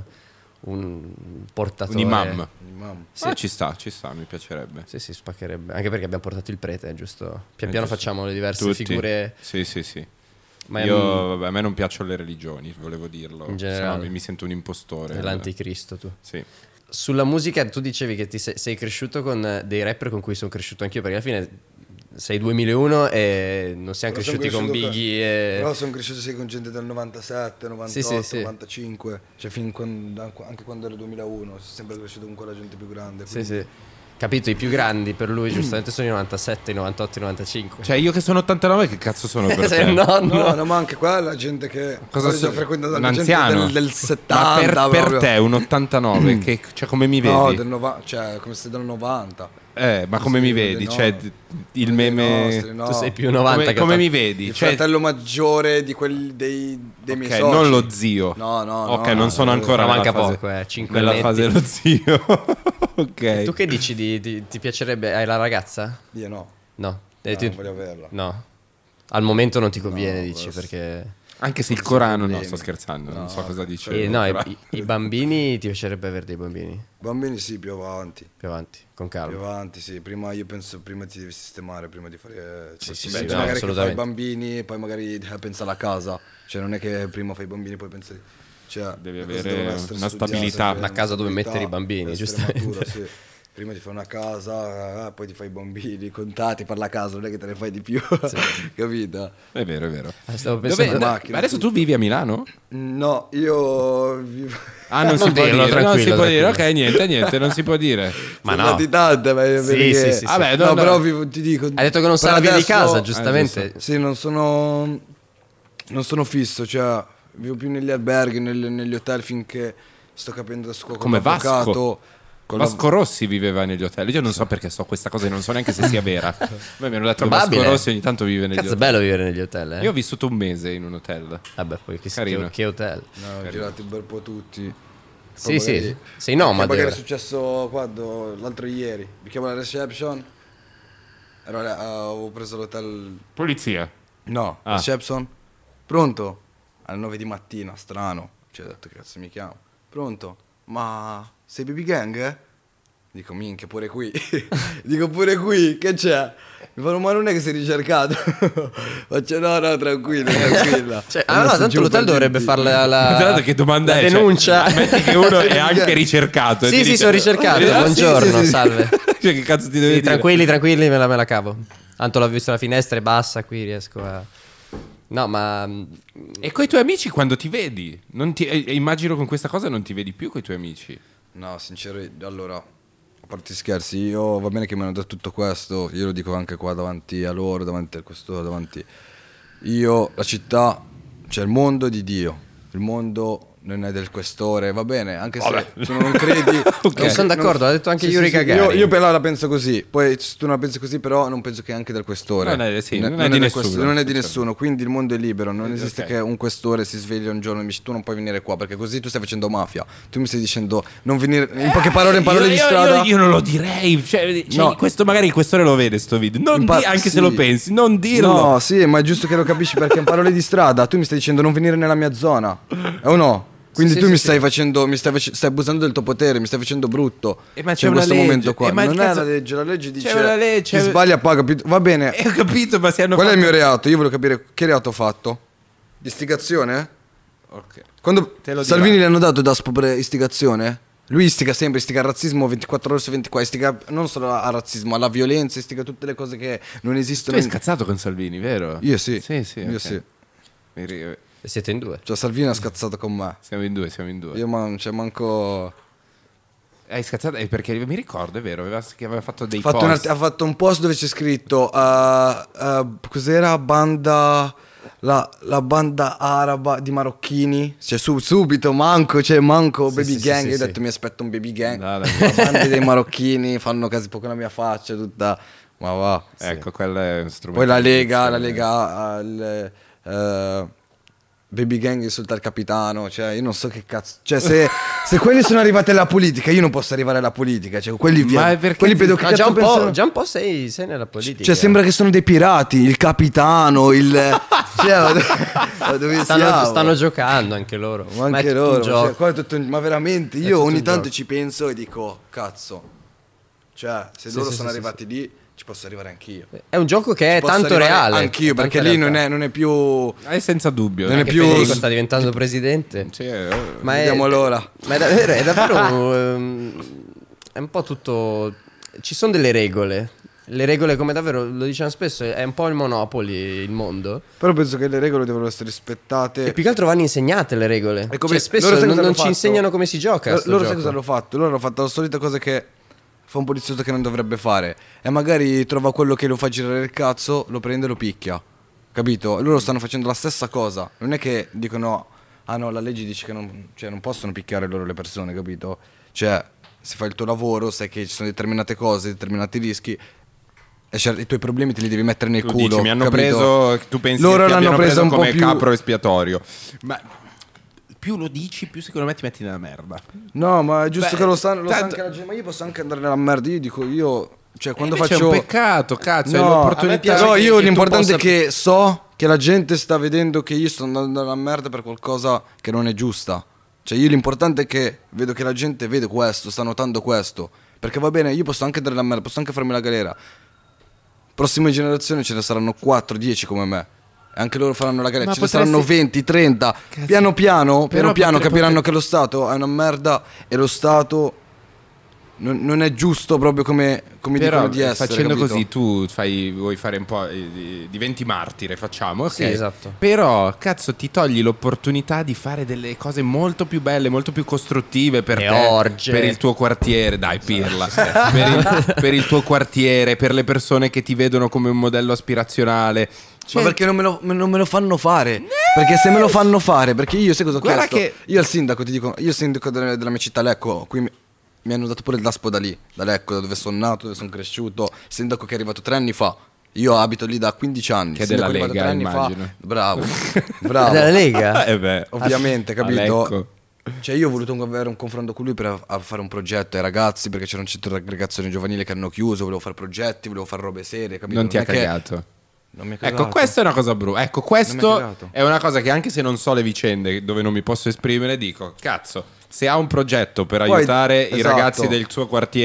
un portatore. Un imam. Mamma. Sì. Ah, ci sta, ci sta, mi piacerebbe. Sì, sì, spaccherebbe. Anche perché abbiamo portato il prete, giusto? Pian piano giusto. facciamo le diverse Tutti. figure. Sì, sì, sì. Ma è Io, un- vabbè, a me non piacciono le religioni, volevo dirlo. In Se no generale. mi, mi sento un impostore. l'anticristo tu. Sì. Sulla musica tu dicevi che ti sei, sei cresciuto con eh, dei rapper con cui sono cresciuto anch'io, perché alla fine sei duemilauno e non siamo Però sono cresciuti con cresciuto Biggie e... Però sono cresciuto sì, con gente del novantasette, novantotto, Sì, sì, sì. novantacinque. Cioè fin quando, anche quando ero duemilauno. Sono sempre cresciuto con quella gente più grande. Sì, quindi- sì. Capito, i più grandi per lui giustamente sono i novantasette, i novantotto, i novantacinque. Cioè, io che sono ottantanove, che cazzo sono per Sei te? un nonno. No, no, ma anche quella gente che Cosa ho so- frequentato un anche gente anziano? del, del Ma settanta per, per proprio. te un ottantanove, che, cioè come mi vedi? No, del nova- cioè come se del novanta. Eh, ma come Sì, mi dei vedi? no- Cioè, d- il dei meme... nostri, no. Tu sei più novanta come che come ottanta. mi vedi? Il Cioè, fratello maggiore di quelli dei, dei miei ok, soci. non lo zio. No, no, Ok, no, non no, sono no, ancora ma nella manca fase, poco, eh, cinque nella annetti. fase dello zio. Ok. Tu che dici? Di, di- ti piacerebbe? Hai la ragazza? Io no. No. Eh, No, ti- non voglio averla. no. Al momento non ti conviene, No, dici, questo- perché... Anche se il Corano, no, problemi. sto scherzando, non No, so cosa dice. Eh, no, i, i bambini, ti piacerebbe avere dei bambini? Bambini sì, più avanti. Più avanti, con Più calma. avanti, sì. Prima io penso, prima ti devi sistemare, prima di fare... Cioè, sì, sì, sì, sì, no, magari che fai i assolutamente. bambini, poi magari eh, pensa alla casa. Cioè non è che prima fai i bambini, poi pensi... Cioè, Devi le cose avere devono essere una studiate, stabilità. avere Una casa dove stabilità, mettere i bambini, essere giustamente. maturo, sì. Prima ti fai una casa, eh, poi ti fai i bambini, contati per la casa, non è che te ne fai di più. Capito? È vero, è vero. Ah, stavo Dove- pensando... da- macchina, adesso tu tutto. vivi a Milano? No, io vivo... Ah, non, Non si può dirlo, dire. Non si tranquillo, può dire. tranquillo. Ok, niente, niente, non si può dire. Ma Sono no. stati tante, ma Sì, perché... sì, sì, sì. Vabbè, No, no, no. però vivo, ti dico... Hai detto che non per sai la via di adesso- casa, Eh, giustamente. Sì, non sono non sono fisso, cioè vivo più negli alberghi, nel- negli hotel finché sto capendo adesso qua con Come Vasco. l'avvocato, con la- Vasco Rossi viveva negli hotel. Io non so perché so questa cosa e non so neanche se sia vera. A me mi hanno detto che Probabile. Vasco Rossi ogni tanto vive negli Cazzo, è hotel. bello vivere negli hotel, eh? Io ho vissuto un mese in un hotel. Vabbè, poi che, Carino. che, che hotel. No, ho girato un bel po' tutti. Sì, Poi sì, magari- sei nomade Magari è ora. successo quando l'altro ieri, mi chiamo la reception. Ero là, eh, avevo preso l'hotel. Polizia. No, Ah. reception. Pronto? Alle nove di mattina, strano. Ci ho detto che cazzo mi chiamo. Pronto? Ma sei baby gang? Eh? Dico minchia pure qui. Dico pure qui, che c'è? Mi fanno ma non è che sei ricercato. Faccio no no tranquilla, tranquilla. Cioè, Ho ah, no, messo tanto giù l'hotel per dovrebbe dirti. fare la, la, Tra l'altro che domanda la è? Cioè, denuncia. metti che uno è anche ricercato. e Sì, ti sì, dice- sono ricercato, Ah, sì, buongiorno, sì, sì. salve. Cioè, che cazzo ti devi Sì, dire? tranquilli, tranquilli, me la, me la cavo. Tanto l'ho visto la finestra è bassa, qui riesco a... No, ma E coi tuoi amici quando ti vedi? Non ti, e, e immagino con questa cosa non ti vedi più coi tuoi amici. No, sincero, allora, a parte gli scherzi, io va bene che mi hanno detto tutto questo, io lo dico anche qua davanti a loro, davanti a questo, davanti. Io, la città, cioè il mondo è di Dio, il mondo non è del questore, va bene, anche se tu non credi. non sono d'accordo, ha detto anche Sì, Yuri sì, sì, Gagarin. io, io però la penso così, poi se tu non la pensi così, però non penso che anche del questore. Non è- sì, N- non è di del nessuno. questore, non è di Certo. nessuno, quindi il mondo è libero, non esiste ok. che un questore si sveglia un giorno e mi dice tu non puoi venire qua, perché così tu stai facendo mafia. Tu mi stai dicendo non venire, in poche parole, in parole io, di io- strada. io, io non lo direi. Cioè, cioè, No. questo magari il questore lo vede sto video. Non In pa- di- anche sì. se lo pensi, non dirlo. No, sì, ma è giusto che lo capisci perché in parole di strada tu mi stai dicendo non venire nella mia zona, eh o no? Quindi Sì, tu sì, mi sì, stai facendo, mi stai, face- stai abusando del tuo potere, mi stai facendo brutto. Eh, ma c'è Cioè, in una questo legge. momento qua. Eh, ma non cazzo- è la legge, la legge dice una legge, chi c'è- sbaglia paga, capito? Va bene. Eh, ho capito, ma se hanno Qual è il fatto- mio reato? Io voglio capire che reato ho fatto. Istigazione? Ok. Quando Te lo dirà. Salvini le hanno dato Daspo per istigazione? Lui istiga sempre, istiga al razzismo ventiquattro ore su ventiquattro, istiga non solo al razzismo, alla violenza, istiga tutte le cose che non Tu esistono. hai in- scazzato con Salvini, vero? Io sì. Sì, sì. Io ok. sì. Mi ri- Siete in due. Cioè Salvini ha scazzato con me. Siamo in due, siamo in due. Io man- cioè, manco... Hai scazzato? Eh, perché mi ricordo, è vero, aveva, che aveva fatto dei Ha fatto, un, post. art- ha fatto un post dove c'è scritto uh, uh, cos'era banda la, la banda araba di marocchini, cioè su- subito manco, cioè manco Sì, baby sì, gang. sì, Io ho sì, detto mi aspetto un baby gang. No, dai. La banda dei marocchini fanno casi poco la mia faccia tutta, ma va. Ecco, quello è un strumento. Poi la di Lega, la edizione. Lega il, eh, baby gang insulta il capitano, cioè io non so che cazzo, cioè se, se quelli sono arrivati alla politica io non posso arrivare alla politica, cioè quelli via, Ma è perché quelli ti- vedo che No, cazzo già, un pensano- po', già un po' sei, sei nella politica. cioè sembra che sono dei pirati, il capitano, il cioè, ma dove stanno, siamo? stanno giocando anche loro. Ma Ma è anche tutto un loro, gioco. cioè, qua è tutto un- ma veramente io tutto ogni un tanto gioco. ci penso e dico cazzo, cioè se Sì, loro sì, sono sì, arrivati lì ci posso arrivare anch'io. È un gioco che è Posso tanto arrivare reale. anch'io, tanta perché lì non realtà. è, non è più... Eh, senza dubbio. Non è Anche più- Federico sta diventando presidente. Sì, eh, Ma è, Vediamo l'ora. Ma è davvero, è davvero ehm, è un po' tutto. Ci sono delle regole. Le regole, come davvero lo diciamo spesso, è un po' il Monopoly, il mondo. Però penso che le regole devono essere rispettate. E più che altro vanno insegnate le regole. E come- Cioè, spesso loro sai non, cosa non hanno ci fatto? insegnano come si gioca. a Loro, sto loro sai gioco. cosa hanno fatto? Loro hanno fatto la solita cosa che fa un poliziotto che non dovrebbe fare. E magari trova quello che lo fa girare il cazzo, lo prende e lo picchia. Capito? Loro stanno facendo la stessa cosa. Non è che dicono, ah no, la legge dice che non, cioè, non possono picchiare loro le persone, capito? Cioè, se fai il tuo lavoro, sai che ci sono determinate cose, determinati rischi. E cer- i tuoi problemi te li devi mettere nel tu culo. dici, mi hanno capito? preso, tu pensi Loro che ti l'hanno abbiano preso preso un po' come più- capro espiatorio. Ma più lo dici, più secondo me ti metti nella merda. No, ma è giusto Beh, che lo sanno, lo sa tanto- anche la gente. Ma io posso anche andare nella merda. Io dico, io. Cioè, quando E invece faccio. è un peccato, cazzo, No, è a me l'opportunità. piace No, che- io che tu l'importante possa- è che so che la gente sta vedendo che io sto andando nella merda per qualcosa che non è giusta. Cioè, io l'importante è che vedo che la gente vede questo, sta notando questo. Perché va bene, io posso anche andare nella merda, posso anche farmi la galera. Prossime generazioni ce ne saranno quattro dieci come me. E anche loro faranno la galera, Ma ce ne potresti- saranno venti trenta. Cazzo. Piano piano, Però piano piano potre- capiranno potre- che lo Stato è una merda e lo Stato non, non è giusto proprio come, come Però dicono di essere. facendo capito? così tu fai, vuoi fare un po' eh, di- diventi martire, facciamo, ok? Sì, esatto. Però cazzo ti togli l'opportunità di fare delle cose molto più belle, molto più costruttive per Le te, orge. per il tuo quartiere, dai pirla, per, il, per il tuo quartiere, per le persone che ti vedono come un modello aspirazionale. Cioè, Ma perché non me, lo, me- non me lo fanno fare? Perché se me lo fanno fare, perché io sai cosa ho Guarda chiesto? che- Io al sindaco ti dico, io al sindaco della, della mia città Lecco, qui mi, mi hanno dato pure il Daspo da lì, da Lecco, da dove sono nato, dove sono cresciuto, sindaco che è arrivato tre anni fa. Io abito lì da quindici anni. Che è sindaco della arrivato Lega, tre anni immagino. fa. Bravo. Bravo. Della Lega? eh beh, Ovviamente, capito? Lecco. Cioè io ho voluto avere un confronto con lui per a- a fare un progetto ai ragazzi, perché c'era un centro di aggregazione giovanile che hanno chiuso, volevo fare progetti, volevo fare robe serie, capito? Non ti ha è che- cagato. Non mi ha cagato. Ecco, questa è una cosa brutta. Ecco, Non mi ha questo cagato. è una cosa che anche se non so le vicende dove non mi posso esprimere, dico, cazzo, se ha un progetto per Poi, aiutare i esatto. ragazzi del suo quartiere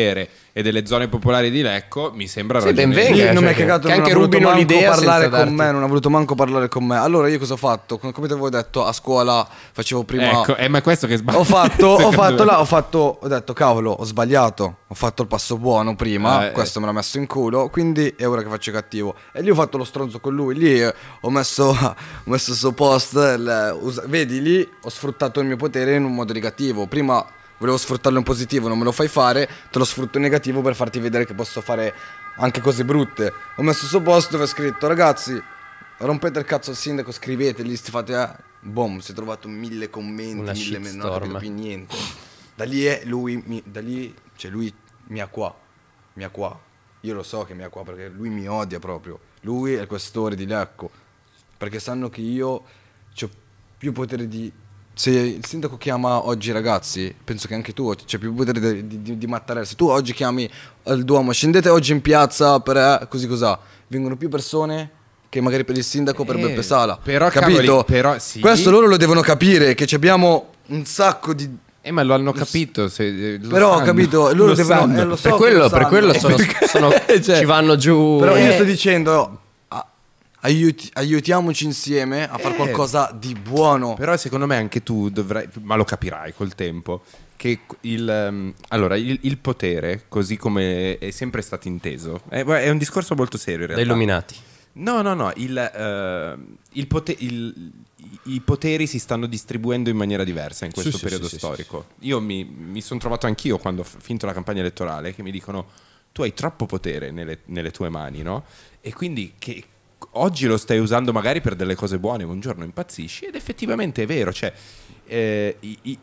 e delle zone popolari di Lecco, mi sembra Sì, ragionevole. ben venga. Lì non mi cioè è cagato, che non anche ha voluto rubino manco l'idea parlare senza con darti- me, non ha voluto manco parlare con me. Allora io cosa ho fatto? Come come ti avevo detto, a scuola facevo prima... Ecco, è ma è questo che sbaglia. Ho fatto, ho Secondo fatto me. là, ho fatto, ho detto cavolo, ho sbagliato, ho fatto il passo buono prima, Eh, questo me l'ha messo in culo, quindi è ora che faccio cattivo. E lì ho fatto lo stronzo con lui, lì eh, ho messo, ho messo il suo post, il- usa- vedi lì ho sfruttato il mio potere in un modo negativo, prima volevo sfruttarlo in positivo, non me lo fai fare, te lo sfrutto in negativo per farti vedere che posso fare anche cose brutte. Ho messo il suo post dove ho scritto ragazzi, rompete il cazzo al sindaco, scriveteli, sti fate... Eh. Boom, si è trovato mille commenti, Una mille me- non ho shitstorm. capito più niente. Da lì è lui, mi, da lì, cioè lui mi ha qua, mi ha qua. Io lo so che mi ha qua perché lui mi odia proprio. Lui è il questore di Lecco. Perché sanno che io ho più potere di... Se il sindaco chiama oggi i ragazzi, penso che anche tu c'è più potere di, di, di, di Mattarella. Se tu oggi chiami il Duomo, scendete oggi in piazza per eh, così cos'ha, vengono più persone che magari per il sindaco per Eh, Beppe Sala. però, capito? cavoli, però sì. Questo loro lo devono capire, che ci abbiamo un sacco di... Eh, ma lo hanno capito. Se, lo Però ho sanno. capito, loro Lo devono... sanno. eh, lo so Per che quello, lo per sanno. quello Eh, sono, sono- Cioè- ci vanno giù. Però io eh, sto dicendo, a- aiuti- aiutiamoci insieme a fare Eh. qualcosa di buono. Però secondo me anche tu dovrai, ma lo capirai col tempo, che il, ehm, allora, il, il potere, così come è sempre stato inteso, è, è un discorso molto serio in da realtà. illuminati. No, no, no, il, eh, il pote- il- i poteri si stanno distribuendo in maniera diversa in questo Sì, sì, periodo sì, sì, storico. Io mi, mi sono trovato anch'io quando ho f- finito la campagna elettorale che mi dicono tu hai troppo potere nelle, nelle tue mani, no? E quindi che oggi lo stai usando magari per delle cose buone, un giorno impazzisci ed effettivamente è vero, cioè eh, i- i-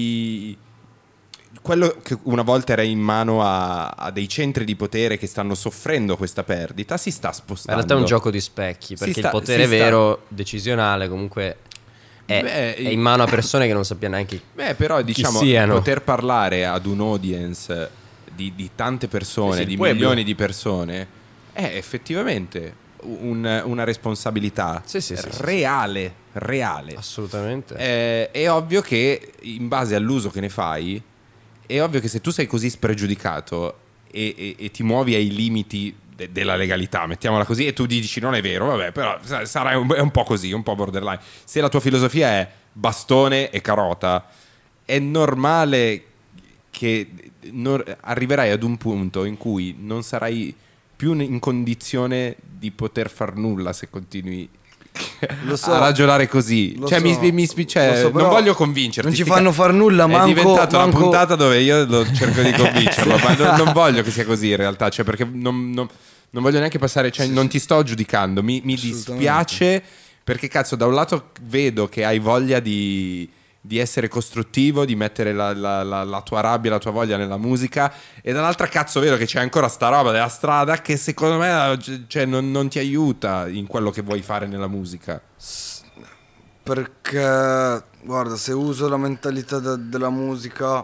i- quello che una volta era in mano a, a dei centri di potere che stanno soffrendo questa perdita si sta Ma in spostando. realtà è un gioco di specchi, Si perché sta- il potere si sta- vero, decisionale, comunque è, Beh, è in mano a persone che non sappiamo neanche Beh, però chi diciamo siano. poter parlare ad un audience di, di tante persone, Sì, sì, il di pueblo. milioni di persone, è effettivamente un- una responsabilità Sì, sì, sì, sì, reale, reale. Assolutamente. Eh, è ovvio che in base all'uso che ne fai, è ovvio che se tu sei così spregiudicato e, e- e ti muovi ai limiti de- della legalità, mettiamola così, e tu dici non è vero, vabbè, però sa- sarà un, è un po' così, un po' borderline. Se la tua filosofia è bastone e carota, è normale che non- arriverai ad un punto in cui non sarai più in condizione di poter far nulla se continui Lo so. a ragionare così. Lo Cioè, so. mi, mi- mi- cioè, Lo so, non però voglio convincerti. non ci sti fanno ca- far nulla, manco- È diventata manco- una puntata dove io lo cerco di convincerlo, ma non, non voglio che sia così in realtà, cioè, perché non, non- non voglio neanche passare, cioè, non ti sto giudicando, mi, mi Assolutamente. dispiace perché cazzo, da un lato vedo che hai voglia di, di essere costruttivo, di mettere la, la- la- la tua rabbia, la tua voglia nella musica, e dall'altra cazzo vedo che c'è ancora sta roba della strada che secondo me cioè, non, non ti aiuta in quello che vuoi fare nella musica. Perché, guarda, se uso la mentalità de- della musica,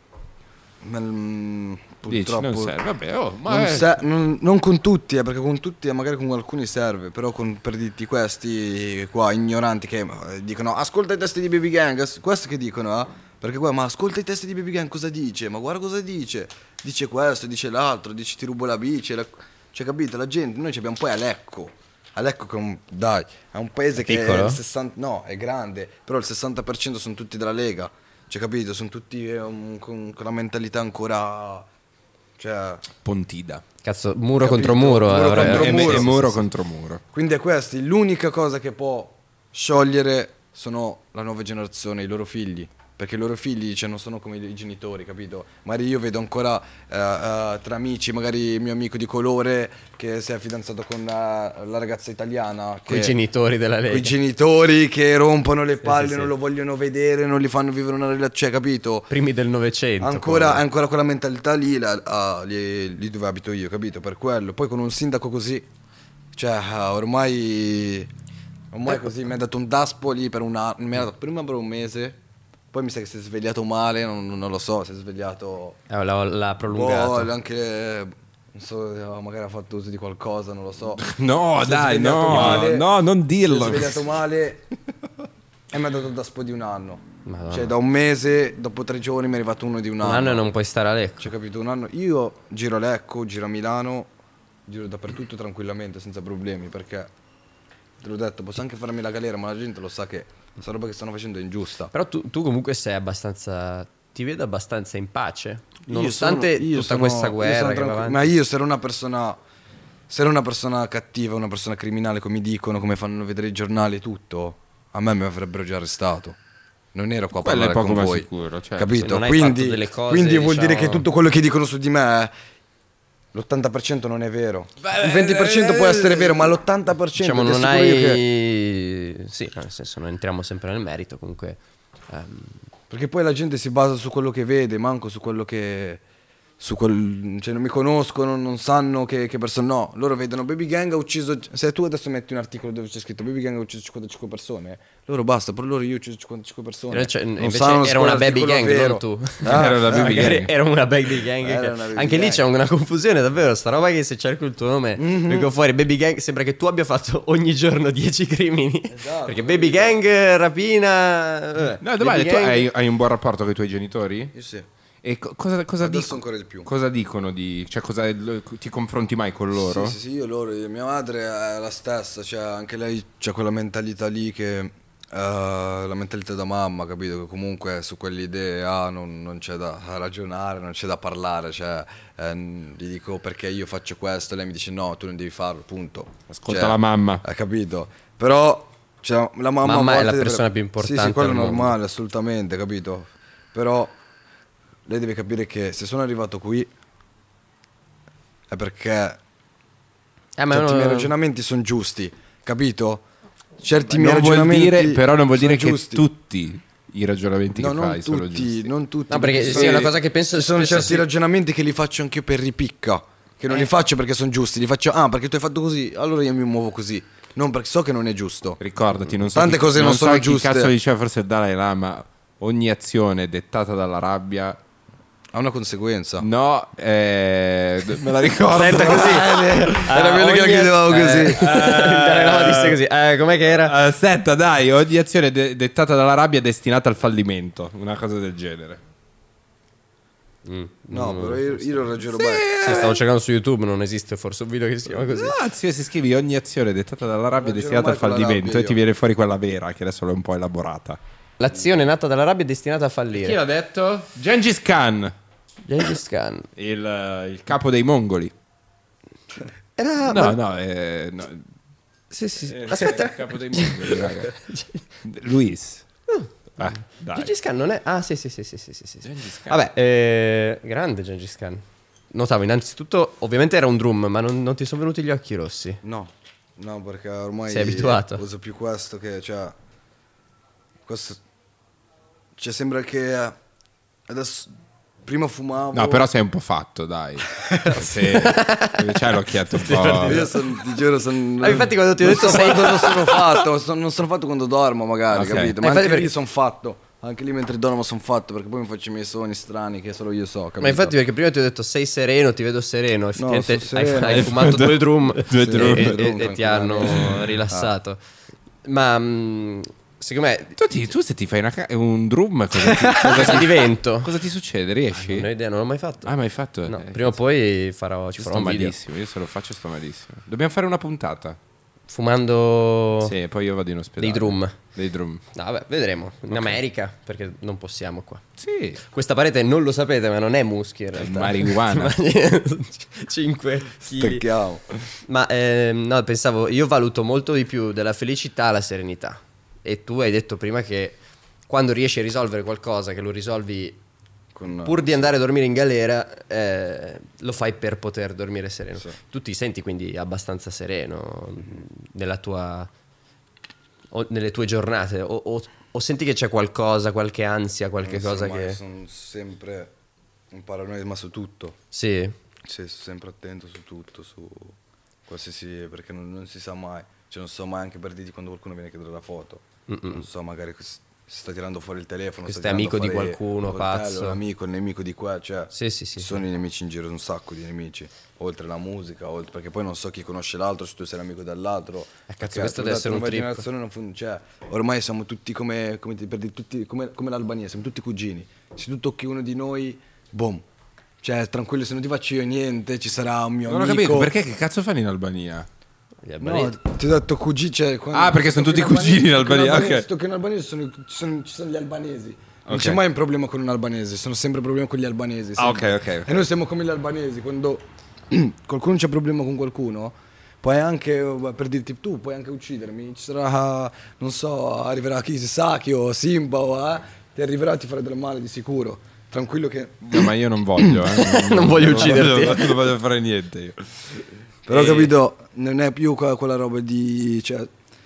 me- Dici, purtroppo... non serve, vabbè, oh, ma Non, è- se- non- non con tutti, eh, perché con tutti, eh, magari con alcuni serve, però con, per dirti questi qua ignoranti che eh, dicono ascolta i testi di Baby Gang, as- questi che dicono, eh? Perché qua, ma ascolta i testi di Baby Gang, cosa dice? Ma guarda cosa dice, dice questo, dice l'altro, dice ti rubo la bici, la- cioè capito, la gente, noi ci abbiamo poi a Lecco, a Lecco che è un, dai, è un paese È che piccolo? è il sessanta, no, è grande, però il sessanta per cento sono tutti della Lega, cioè capito, sono tutti eh, un- con, con la mentalità ancora, cioè... Pontida. Cazzo, muro Capito? contro muro. Muro avrebbe- contro E muro, e sì, muro sì, sì. contro muro. Quindi è questi, l'unica cosa che può sciogliere sono la nuova generazione, i loro figli. Perché i loro figli cioè, non sono come i genitori, capito? Magari io vedo ancora eh, eh, tra amici, magari il mio amico di colore che si è fidanzato con eh, la ragazza italiana. Con i che- genitori della Con i Lega. genitori che rompono le palle, sì, non sì. lo vogliono vedere, non li fanno vivere una relazione, capito? Primi del Novecento. Ancora, poi. ancora quella mentalità lì, la- ah, lì, lì dove abito io, capito? Per quello. Poi con un sindaco così, cioè ah, ormai, ormai così mi ha dato un daspo lì per un anno, mi ha dato prima per un mese, poi mi sa che si è svegliato male, non, non lo so, si è svegliato... Eh, l'ha, l'ha Boh, prolungato. anche, non so, magari ha fatto uso di qualcosa, non lo so. No, Si è dai, svegliato no, male, no, non Si è dirlo. svegliato male e mi ha dato il daspo di un anno. Madonna. Cioè, da un mese, dopo tre giorni mi è arrivato uno di un Un anno. anno e non puoi stare a Lecco. Cioè, capito? Un anno. Io giro a Lecco, giro a Milano, giro dappertutto tranquillamente, senza problemi, perché te l'ho detto, posso anche farmi la galera, ma la gente lo sa che questa roba che stanno facendo è ingiusta. Però tu, tu comunque sei abbastanza... Ti vedo abbastanza in pace. Io Nonostante sono- io tutta sono- questa io guerra sono che va tranqu- avanti. Ma io se ero una persona se ero una persona cattiva, una persona criminale, come dicono, come fanno vedere i giornali e tutto, a me mi avrebbero già arrestato. Non ero qua a Quello è parlare poco con ma voi. sicuro, certo. Se Capito? non hai Quindi, fatto delle cose, quindi vuol dire diciamo- che tutto quello che dicono su di me l'ottanta per cento non è vero. Il venti per cento può essere vero, ma l'ottanta per cento Diciamo ti non assicuro io che- hai... Sì, nel senso non entriamo sempre nel merito comunque. ehm, Perché poi la gente si basa su quello che vede, manco su quello che... Su quel, cioè non mi conoscono, non sanno che, che persone... No, loro vedono Baby Gang ha ucciso... Se tu adesso metti un articolo dove c'è scritto Baby Gang ha ucciso cinquantacinque persone, loro basta, per loro io ho ucciso cinquantacinque persone. Cioè, Non invece sanno era una scuola baby l'articolo gang, vero. non tu. Ah, Era una baby Magari gang. era una baby gang. Era che- una baby Anche lì gang. c'è una confusione, davvero. Sta roba che se cerco il tuo nome, Mhm. vengo fuori baby gang. Sembra che tu abbia fatto ogni giorno dieci crimini. Esatto. Perché baby gang, rapina. eh, No, domani baby tu gang- hai, hai un buon rapporto con i tuoi genitori? Io sì. E co- cosa, cosa, Adesso dico- ancora di più. cosa dicono di... Cioè, cosa, ti confronti mai con loro? Sì, sì, sì, io loro, io- mia madre è la stessa, cioè anche lei c'ha quella mentalità lì che... eh, la mentalità da mamma, capito? Che comunque su quelle idee ah, non, non c'è da ragionare, non c'è da parlare, cioè eh, gli dico perché io faccio questo, lei mi dice no, tu non devi farlo, punto. Ascolta Cioè, la mamma. Hai capito? Però cioè, la mamma, a Mamma è volte la deve- persona più importante Sì, sì, quello è al mondo. normale, assolutamente, capito? Però lei deve capire che se sono arrivato qui è perché Eh, ma certi uno- miei ragionamenti sono giusti, capito? Certi miei Non vuol ragionamenti dire, però non vuol dire sono che giusti. tutti i ragionamenti No, che non fai sono tutti, giusti. non tutti. No, perché perché sì, è una cosa che penso ci sono spesso certi sì. ragionamenti che li faccio anche io per ripicca, che non li faccio perché sono giusti, li faccio ah, perché tu hai fatto così, allora io mi muovo così. Non perché so che non è giusto. Ricordati, non so Tante chi, cose non so sono chi giuste. cazzo diceva, forse il Dalai Lama, ogni azione dettata dalla rabbia. Ha una conseguenza. No, eh, me la ricordo. Detta così. Era quello che la chiedevamo così. Il Dalai Lama disse così. Eh, com'è che era? Aspetta, dai, ogni azione de- dettata dalla rabbia è destinata al fallimento, una cosa del genere. No, però io, io lo ragiono bene. Sì, stavo cercando su YouTube, non esiste forse un video che si chiama così. Anzi, se scrivi ogni azione dettata dalla rabbia è Ragiono destinata al mai con la fallimento rabbia e ti io. viene fuori quella vera, che adesso l'ho un po' elaborata. L'azione nata dalla rabbia è destinata a Chi fallire. l'ha detto? Gengis Khan, Gengis Khan. il, il capo dei mongoli. Era... No, no, eh, no. Sì, sì, sì. Eh, Aspetta. il capo dei mongoli, raga. Luis. Ah, dai. Gengis Khan non è... Ah, sì, sì, sì, sì, sì, sì, sì. Gengis Khan. Vabbè, eh, grande Gengis Khan. Notavo innanzitutto, ovviamente era un drum, ma non, non ti sono venuti gli occhi rossi. No, no, perché ormai Sei abituato? uso più questo che, cioè, questo, cioè sembra che eh, adesso, prima fumavo. No, però sei un po' fatto, dai. Sì. C'hai l'occhietto un po'. Io son, ti giuro, sono. Ah, infatti quando ti ho non detto so sei- quando non sono fatto, son- non sono fatto quando dormo magari, Ok. capito? Eh, Ma infatti anche lì perché- sono fatto. Anche lì mentre dormo sono fatto, perché poi mi faccio i miei sogni strani che solo io so, capito? Ma infatti perché prima ti ho detto sei sereno, ti vedo sereno, effettivamente sono hai, sereno. hai fumato due drum, Due e- drum. e, Due drum, e- e ti hanno tranquillamente. rilassato. Ma mh, secondo me Tu, ti- tu se ti fai una ca- un drum, cosa ti, cosa cosa ti- divento? cosa ti succede? Riesci? Non ho idea, non l'ho mai fatto. Ah, mai fatto? No, Eh, prima o poi farò, ci Io farò sto un video. malissimo, io se lo faccio sto malissimo. Dobbiamo fare una puntata. Fumando Sì, poi io vado in ospedale. dei drum. Dei drum. No, vabbè, vedremo. In America, perché non possiamo qua. Sì. Questa parete non lo sapete, ma non è muschi in realtà. marijuana. cinque chili. Stecchiamo. Ma ehm, no, pensavo, io valuto molto di più della felicità la serenità. E tu hai detto prima che quando riesci a risolvere qualcosa, che lo risolvi Con, pur di andare a dormire in galera, eh, lo fai per poter dormire sereno. Sì. Tu ti senti quindi abbastanza sereno mh, nella tua, o nelle tue giornate? O, o- o senti che c'è qualcosa, qualche ansia, qualche cosa che... Sono sempre un paranoia su tutto. Sì, Sì, sono sempre attento su tutto, su qualsiasi, perché non, non si sa mai. Cioè non so mai anche per dirti quando qualcuno viene a chiedere la foto. Non so magari quest- si sta tirando fuori il telefono, Questo sta è amico tirando di fuori qualcuno, il coltello, pazzo. l'amico, il nemico di qua, cioè Sì, sì, sì, ci sono i nemici in giro, un sacco di nemici, oltre la musica, oltre, perché poi non so chi conosce l'altro, se tu sei l'amico dell'altro. Eh, cazzo, Perché, questo te deve l'ho detto, essere un nuova trip. generazione non fun- cioè, ormai siamo tutti come, come, ti- per dire, tutti, come, come l'Albania, siamo tutti cugini. Se tu tocchi uno di noi, boom. Cioè, tranquillo, se non ti faccio io niente, ci sarà un mio Non ho amico. capito perché che cazzo fanno in Albania? Gli No, albanesi. ti ho detto cugini, cioè, quando- Ah, perché sono tocchi tutti in cugini in tocchi Albania, ok. Se tocchi in Albania ci sono, ci sono- ci sono gli albanesi. Non Ok. c'è mai un problema con un albanese, sono sempre problemi con gli albanesi. Ah, sempre. ok, ok, ok. E noi siamo come gli albanesi, quando qualcuno c'ha problema con qualcuno, puoi anche, per dirti tu, puoi anche uccidermi, ci sarà, non so, arriverà chi Sasaki o Simba o eh, ti arriverà e ti farà del male di sicuro. Tranquillo che... No, ma io non voglio, eh. Non voglio ucciderti. Non, non voglio fare niente io. Però E- capito, non è più que- quella roba di... Cioè,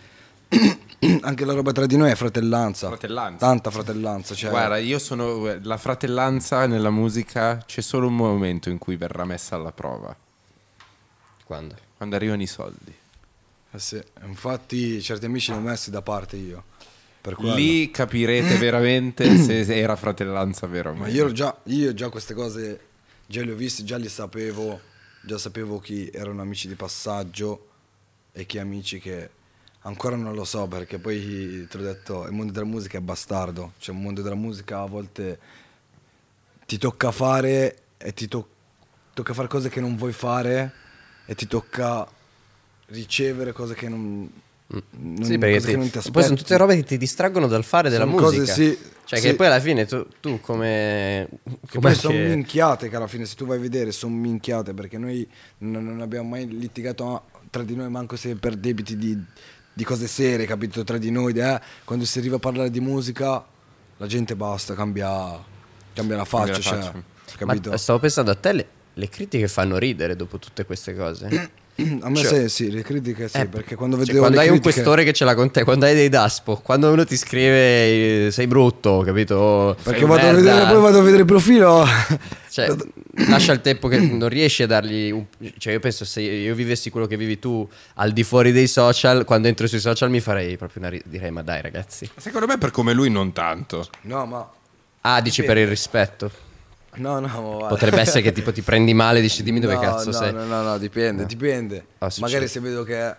anche la roba tra di noi è fratellanza. Fratellanza. Tanta fratellanza. Cioè, Guarda, io sono la fratellanza nella musica, c'è solo un momento in cui verrà messa alla prova, Quando? quando arrivano i soldi. eh sì, infatti certi amici li ho messi da parte io. Per quello. Lì capirete veramente se era fratellanza vera o Ma meno. io già, io già queste cose già le ho viste, già li sapevo, già sapevo chi erano amici di passaggio e chi amici che ancora non lo so, perché poi te l'ho detto, il mondo della musica è bastardo, cioè il mondo della musica a volte ti tocca fare e ti to- tocca fare cose che non vuoi fare e ti tocca ricevere cose che non, non, Sì, perché cose ti- che non ti poi aspetti. sono tutte robe che ti distraggono dal fare della Sono cose, musica. sì, Cioè sì. che poi alla fine tu, tu come... Che come poi sono che- minchiate, che alla fine se tu vai a vedere sono minchiate, perché noi non, non abbiamo mai litigato tra di noi, manco se per debiti di, di cose serie, capito, tra di noi. Eh? Quando si arriva a parlare di musica la gente basta, cambia, cambia la faccia, Cambia la cioè, faccia. capito? Ma stavo pensando a te, le, le critiche fanno ridere dopo tutte queste cose. A me cioè- sì, sì, le critiche sì, Eh, perché quando cioè, vedevo quando le hai un critiche... questore che ce l'ha con te, quando hai dei daspo, quando uno ti scrive eh, sei brutto, capito? Sei Perché un vado a merda. vedere, poi vado a vedere il profilo. Cioè, lascia il tempo che non riesci a dargli un... Cioè io penso se io vivessi quello che vivi tu al di fuori dei social, quando entro sui social mi farei proprio una... ri- direi ma dai ragazzi. Secondo me per come lui non tanto. No, ma... Ah, dici per il rispetto. No, no, ma guarda. Potrebbe essere che tipo ti prendi male e dici dimmi dove No, cazzo no, sei. No, no, no, dipende, dipende. Ah, succede. Magari se vedo che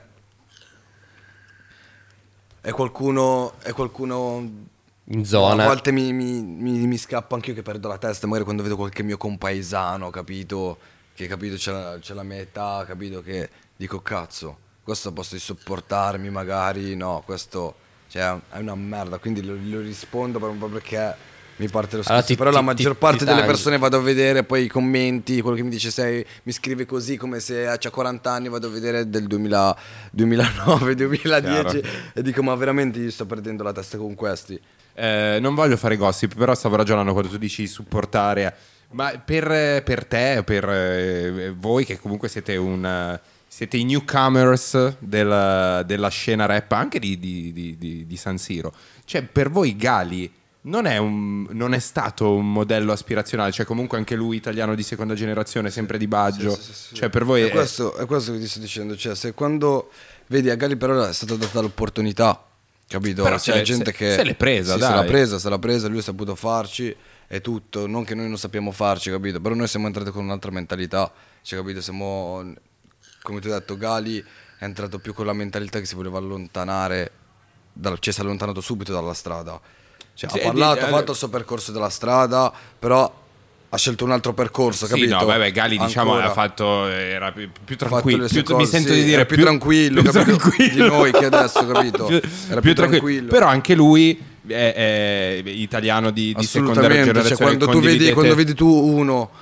è qualcuno, è qualcuno In zona. a volte mi, mi, mi, mi scappa anch'io che perdo la testa, magari quando vedo qualche mio compaesano, capito, che capito c'è la, c'è la mia età, capito, che dico cazzo, questo posso di sopportarmi magari, no, questo cioè, è una merda, quindi lo, lo rispondo proprio perché mi parte lo scherzo. Allora ti- Però la ti- maggior ti- parte ti delle tangi. persone vado a vedere poi i commenti, quello che mi dice sei, mi scrive così come se ha quaranta anni, vado a vedere del duemila, duemilanove, duemiladieci Chiaro. e dico ma veramente io sto perdendo la testa con questi. Eh, non voglio fare gossip, però stavo ragionando quando tu dici supportare. Ma per, per te, per eh, voi che comunque siete un... Siete i newcomers della, della scena rap anche di, di, di, di, di San Siro. Cioè, per voi Gali non è, un, non è stato un modello aspirazionale, cioè comunque anche lui italiano di seconda generazione, sempre di Baggio. Sì, sì, sì, sì. Cioè, per voi è, è, questo, è questo che ti sto dicendo, cioè se quando vedi a Gali però è stata data l'opportunità, capito? Però C'è se l'è- gente se- che se l'è presa, sì, dai. se l'ha presa, se l'ha presa, lui ha saputo farci e tutto, non che noi non sappiamo farci, capito? Però noi siamo entrati con un'altra mentalità, cioè capito? Siamo, come ti ho detto, Gali è entrato più con la mentalità che si voleva allontanare, dal, cioè si è allontanato subito dalla strada. Cioè, Sì, ha parlato, di- ha fatto il suo percorso della strada, però ha scelto un altro percorso, Sì, capito? no, vabbè, Gali diciamo Ancora. ha fatto era più, più Ha fatto tranquillo, le sue più- mi cose, sento sì, di dire era più tranquillo, più capito? tranquillo Di noi che adesso, capito? più, Era più più tranquillo. tranquillo. Però anche lui è, è italiano di, di seconda Assolutamente, generazione. cioè, quando, tu vedi, condividete- quando vedi tu uno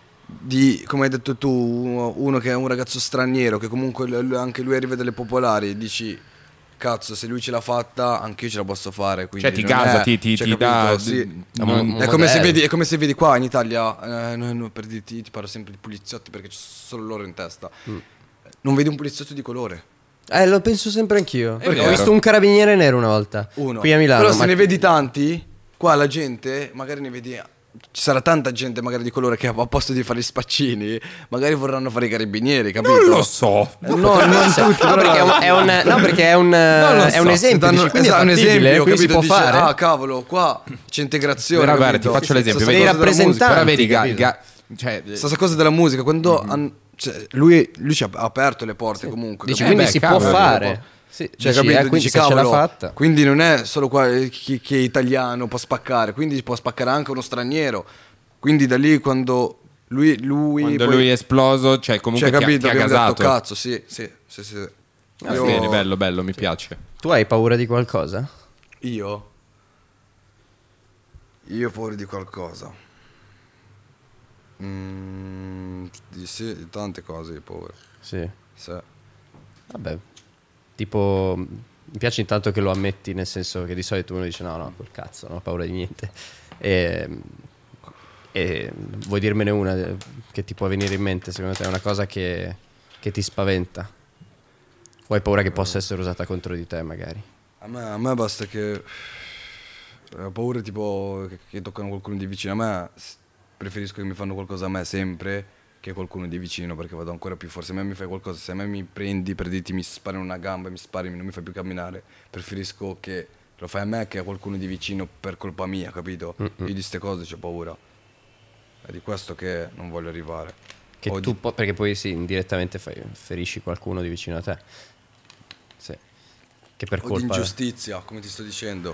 di, come hai detto tu, uno, uno che è un ragazzo straniero, che comunque l- anche lui arriva dalle popolari, dici cazzo, se lui ce l'ha fatta, anche io ce la posso fare. Quindi Cioè, ti non gasa, è- ti- ti- cioè, ti capito? dà- Sì. non- Un È come, se modello. vedi, è come se vedi qua in Italia, eh, no, no, per dirti, ti parlo sempre di poliziotti perché c'è solo loro in testa. Non vedi un poliziotto di colore. Eh, lo penso sempre anch'io. Perché vero. ho visto un carabiniere nero una volta. Uno. Qui a Milano. Però se ma- ne vedi tanti, qua la gente magari ne vedi ci sarà tanta gente magari di colore che a posto di fare gli spaccini magari vorranno fare i carabinieri, capito? Non lo so. No, non tutti, No, perché è un, è un- no, perché è un, è un so, esempio, danno- dici, quindi esatto, è un fattibile, esempio, quindi si capito? può Dici, fare. ah cavolo, qua c'è integrazione. Però guarda, capito? ti faccio l'esempio. Stessa vedi- cosa della musica. rappresentanti, Però vedi, ga- capito? ga- cioè, Stessa cosa della musica, quando han- cioè, lui, lui ci ha aperto le porte comunque. Dici, capito? quindi beh, si cavolo, può fare. Sì, Cioè, dici, capito? eh, quindi Dici, se ce l'ha cavolo, fatta. quindi non è solo qua eh, chi, chi è italiano può spaccare, quindi può spaccare anche uno straniero. Quindi da lì quando lui, lui quando poi- lui è esploso, cioè comunque cioè, ti ha- capito, ti ha abbiamo gasato. detto cazzo, sì, sì, sì, sì. Ah, Io- bene, bello, bello, mi piace. Tu hai paura di qualcosa? Io? Io ho paura di qualcosa. Mm, di, sì, di tante cose ho paura. Sì. Sì. Vabbè, tipo, mi piace intanto che lo ammetti, nel senso che di solito uno dice no, no, col cazzo, non ho paura di niente. E, e vuoi dirmene una eh, che ti può venire in mente, secondo te è una cosa che, che ti spaventa? O hai paura che possa essere usata contro di te magari? A me, a me basta che... Ho paura tipo che, che toccano qualcuno di vicino. A me s- preferisco che mi fanno qualcosa a me sempre che qualcuno di vicino, perché vado ancora più forte. Se a me mi fai qualcosa, se a me mi prendi per dirti mi spari in una gamba, mi spari, non mi fai più camminare, preferisco che lo fai a me che a qualcuno di vicino per colpa mia, capito? Io di queste cose ho paura. È di questo che non voglio arrivare. Che O tu di- po- perché poi sì, indirettamente fai, ferisci qualcuno di vicino a te. Sì. Che per o di colpa ingiustizia, come ti sto dicendo.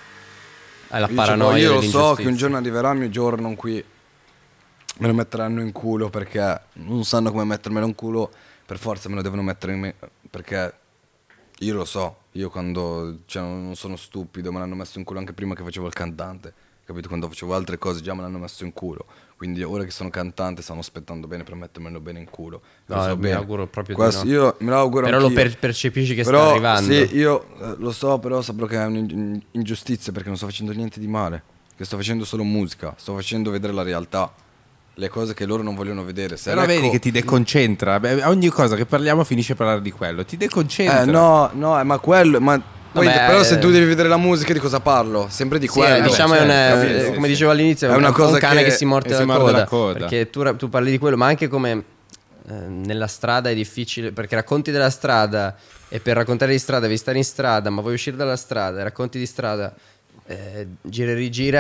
hai la Io, paranoia io lo so dell'ingiustizia. che un giorno arriverà il mio giorno in cui me lo metteranno in culo perché non sanno come mettermelo in culo, per forza me lo devono mettere in me, perché io lo so, io quando, cioè, non sono stupido, me l'hanno messo in culo anche prima che facevo il cantante, capito? Quando facevo altre cose già me l'hanno messo in culo, quindi ora che sono cantante stanno aspettando bene per mettermelo bene in culo. Lo No, so mi bene. auguro proprio di Questo- no. Io me lo auguro Però lo anch'io. per- percepisci che Però, sta arrivando. Sì, io eh, lo so, però saprò che è un'ingiustizia perché non sto facendo niente di male, che sto facendo solo musica, sto facendo vedere la realtà, le cose che loro non vogliono vedere. Se Però Lecco- vedi che ti deconcentra. Beh, ogni cosa che parliamo finisce a parlare di quello. Ti deconcentra. Eh no, no, eh, ma quello, ma poi, Vabbè, però se eh, tu devi vedere la musica di cosa parlo? Sempre di Sì, quello. eh, diciamo certo, è un, capito, eh, sì, come sì. dicevo all'inizio, È è una un, cosa un cane che- che, si morde, che la, si morde coda, la coda. Perché tu, tu parli di quello, ma anche come eh, nella strada è difficile, perché racconti della strada e per raccontare di strada devi stare in strada, ma vuoi uscire dalla strada, racconti di strada, eh, gira e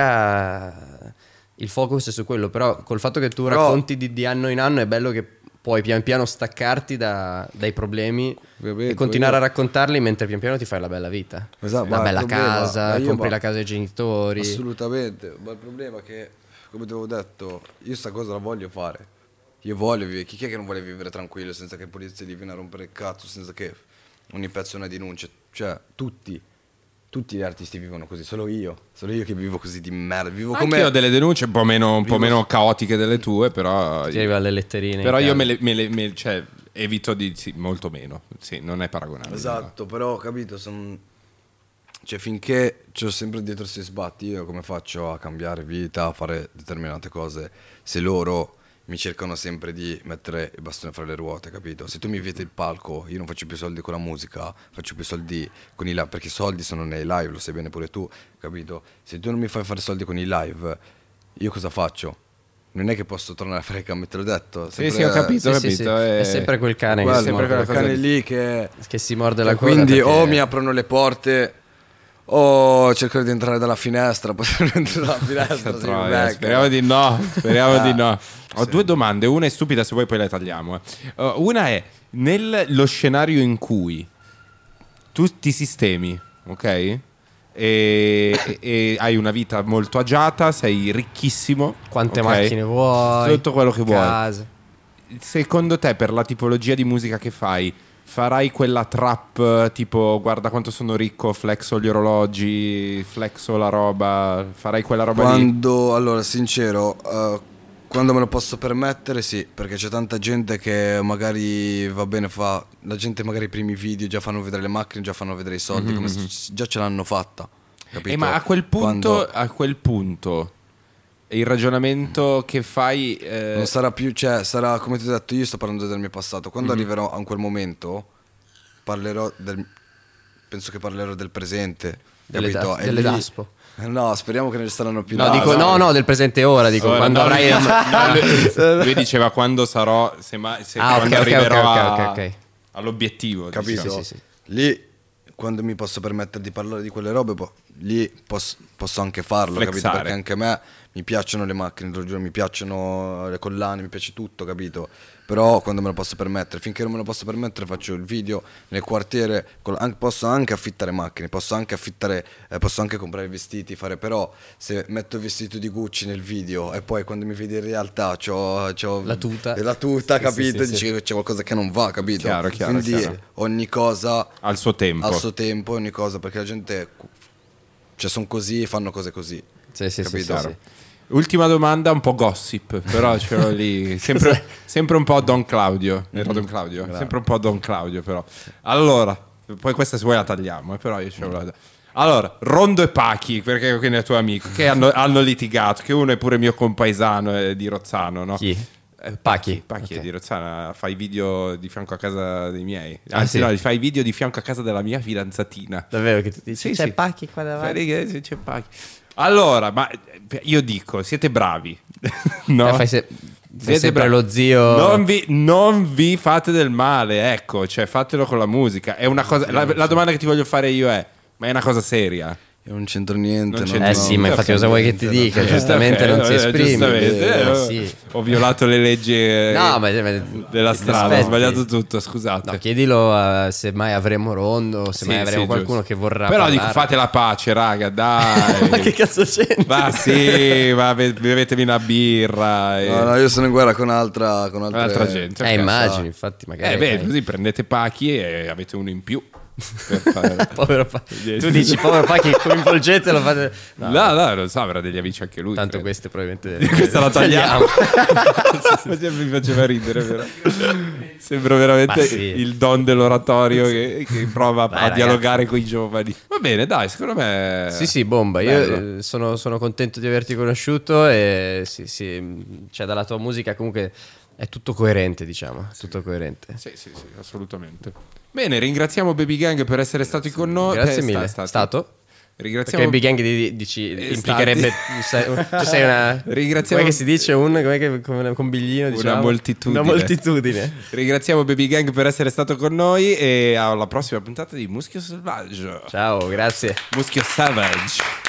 rigira, il focus è su quello, però col fatto che tu Però- racconti di, di anno in anno è bello che puoi pian piano staccarti da- dai problemi Capito, e continuare io- a raccontarli mentre pian piano ti fai la bella vita. Esatto, La ma il bella problema- casa, ma io- compri ma- la casa ai genitori. Assolutamente, ma il problema è che, come ti avevo detto, io sta cosa la voglio fare. Io voglio vivere, chi è che non vuole vivere tranquillo senza che la polizia gli viene a rompere il cazzo, senza che ogni pezzo è una denuncia, cioè tutti, tutti gli artisti vivono così, solo io, solo io che vivo così di merda, vivo Anche come... io ho delle denunce un po' meno, un po' Vivo- meno caotiche delle tue, però. Ti arriva le letterine. Però in io casa. me le, me le- me- cioè, evito di. Sì, molto meno. Sì, non è paragonabile. Esatto, però capito, son... cioè finché c'ho sempre dietro se sbatti, io come faccio a cambiare vita, a fare determinate cose, se loro mi cercano sempre di mettere il bastone fra le ruote, capito? Se tu mi vieti il palco, io non faccio più soldi con la musica, faccio più soldi con i live, perché i soldi sono nei live, lo sai bene pure tu, capito? Se tu non mi fai fare soldi con i live, io cosa faccio? Non è che posso tornare a fare il cambio, te l'ho detto. Sì, sì, ho capito, ho Sì, sì, capito. sì. È, È sempre quel cane Quello, che si sempre morde, quella quel cosa cane lì. lì che... che si morde la E coda. quindi perché- o mi aprono le porte o cercano di entrare dalla finestra, possono entrare dalla finestra. si Troia, becca. speriamo di no. Speriamo di no. Ho Sì. due domande. Una è stupida, se vuoi poi la tagliamo. eh. Uh, una è nello scenario in cui tu ti sistemi, ok? E, e- e hai una vita molto agiata, sei ricchissimo. Quante ok? macchine vuoi? Tutto quello che vuoi. Case. Secondo te, per la tipologia di musica che fai, farai quella trap eh, tipo guarda quanto sono ricco, flexo gli orologi, flexo la roba, farai quella roba lì? Quando, allora, sincero, eh, quando me lo posso permettere, sì, perché c'è tanta gente che magari va bene, fa la gente magari i primi video già fanno vedere le macchine, già fanno vedere i soldi, come se già ce l'hanno fatta. Capito? Eh, ma a quel punto, Quando a quel punto il ragionamento che fai eh, non sarà più, cioè, sarà come ti ho detto, io sto parlando del mio passato. Quando arriverò a quel momento, parlerò del, penso che parlerò del presente. Delle, capito? da- E delle lì- Daspo. No, speriamo che ne saranno più. No, da- dico, no, no, del presente ora, dico, Ora, quando no, avrai... lui, no, lui- lui diceva quando sarò, se, mai, se Ah, quando ok, ok, arriverò ok, a- ok, ok. all'obiettivo. Capito? diciamo. Sì, sì, sì. Lì, quando mi posso permettere di parlare di quelle robe, po- lì posso, posso anche farlo, capito? Flexare. Perché anche a me mi piacciono le macchine, te lo giuro, mi piacciono le collane, mi piace tutto, capito? Però quando me lo posso permettere, finché non me lo posso permettere faccio il video nel quartiere, col- an- posso anche affittare macchine, posso anche affittare, eh, posso anche comprare vestiti, fare, però se metto il vestito di Gucci nel video e poi quando mi vedi in realtà c'ho, c'ho La tuta. la tuta, Sì, capito? sì, sì, Dici sì. che c'è qualcosa che non va, capito? Chiaro, chiaro, Quindi chiaro. ogni cosa Al suo tempo. al suo tempo, ogni cosa, perché la gente, cioè, sono così e fanno cose così. Sì, sì, sì, Capito? sì, sì. Ultima domanda, un po' gossip, però ce l'ho lì. Sempre, sempre un po' Don Claudio. Era Don Claudio? Sempre un po' Don Claudio, però. Allora, poi questa se vuoi la tagliamo, eh, però io ce l'ho. Allora, Rondo e Pachi, perché quindi è tuo amico, che hanno, hanno litigato, che uno è pure mio compaesano eh, di Rozzano, no? Chi? Eh, Pachi. Pacchi Ok. è di Rozzana, fai video di fianco a casa dei miei. Ah, Anzi, sì? no, fai video di fianco a casa della mia fidanzatina. Davvero che tu dici, Sì, c'è sì. Pacchi qua davanti? Fai che c'è Pacchi. Allora, ma eh, io dico, siete bravi. No? Eh, fai se- fai Siete sempre bravi. lo zio... Non vi, non vi fate del male, ecco, cioè fatelo con la musica. È una cosa, la, la domanda che ti voglio fare io è: ma è una cosa seria? Io non c'entro niente. Non no, c'entro Eh no, sì, ma no, infatti cosa vuoi che ti dica? Eh, Giustamente ok, non si eh, esprime. giustamente, Eh, eh, sì. Ho violato le leggi eh, No, ma, ma- della strada, ho aspetti. sbagliato tutto, scusate. No, chiedilo a- se mai avremo Rondo, se Sì, mai avremo sì, qualcuno giusto. che vorrà Però parlare. dico, fate la pace, raga, dai. Ma che cazzo c'entra? Ma sì, ma be- bevetevi una birra. E... No, no, io sono in guerra con altra, con altre- Altra gente. Eh, ok. immagini, infatti, magari... Eh beh, fai- così prendete Pachi e avete uno in più. Per fare... Povero Pa- tu dici povero Pacchi, coinvolgetelo, fate... No, no, non so, avrà degli amici anche lui. Tanto credo. queste probabilmente... Questa la tagliamo. Mi faceva ridere, però. Sembra veramente Ma sì. il don dell'oratorio che, che prova Dai, a ragazzi. dialogare con i giovani. Va bene, dai, secondo me. Sì, sì, bomba. Io Bello. eh, sono, sono contento di averti conosciuto e sì, sì, mh, cioè dalla tua musica comunque è tutto coerente, diciamo, è tutto coerente. Sì, sì, sì, assolutamente. Bene, ringraziamo Baby Gang per essere stati con noi. Grazie Eh, mille. sta- stati. Stato? Perché Ringraziamo il big gang di, dici, Eh, implicherebbe sei, tu sei una Ringraziamo- come che si dice un com'è che, come un combiglino, Una diciamo? moltitudine. Una moltitudine. Ringraziamo Baby Gang per essere stato con noi e alla prossima puntata di Muschio Selvaggio. Ciao, grazie. Muschio Savage.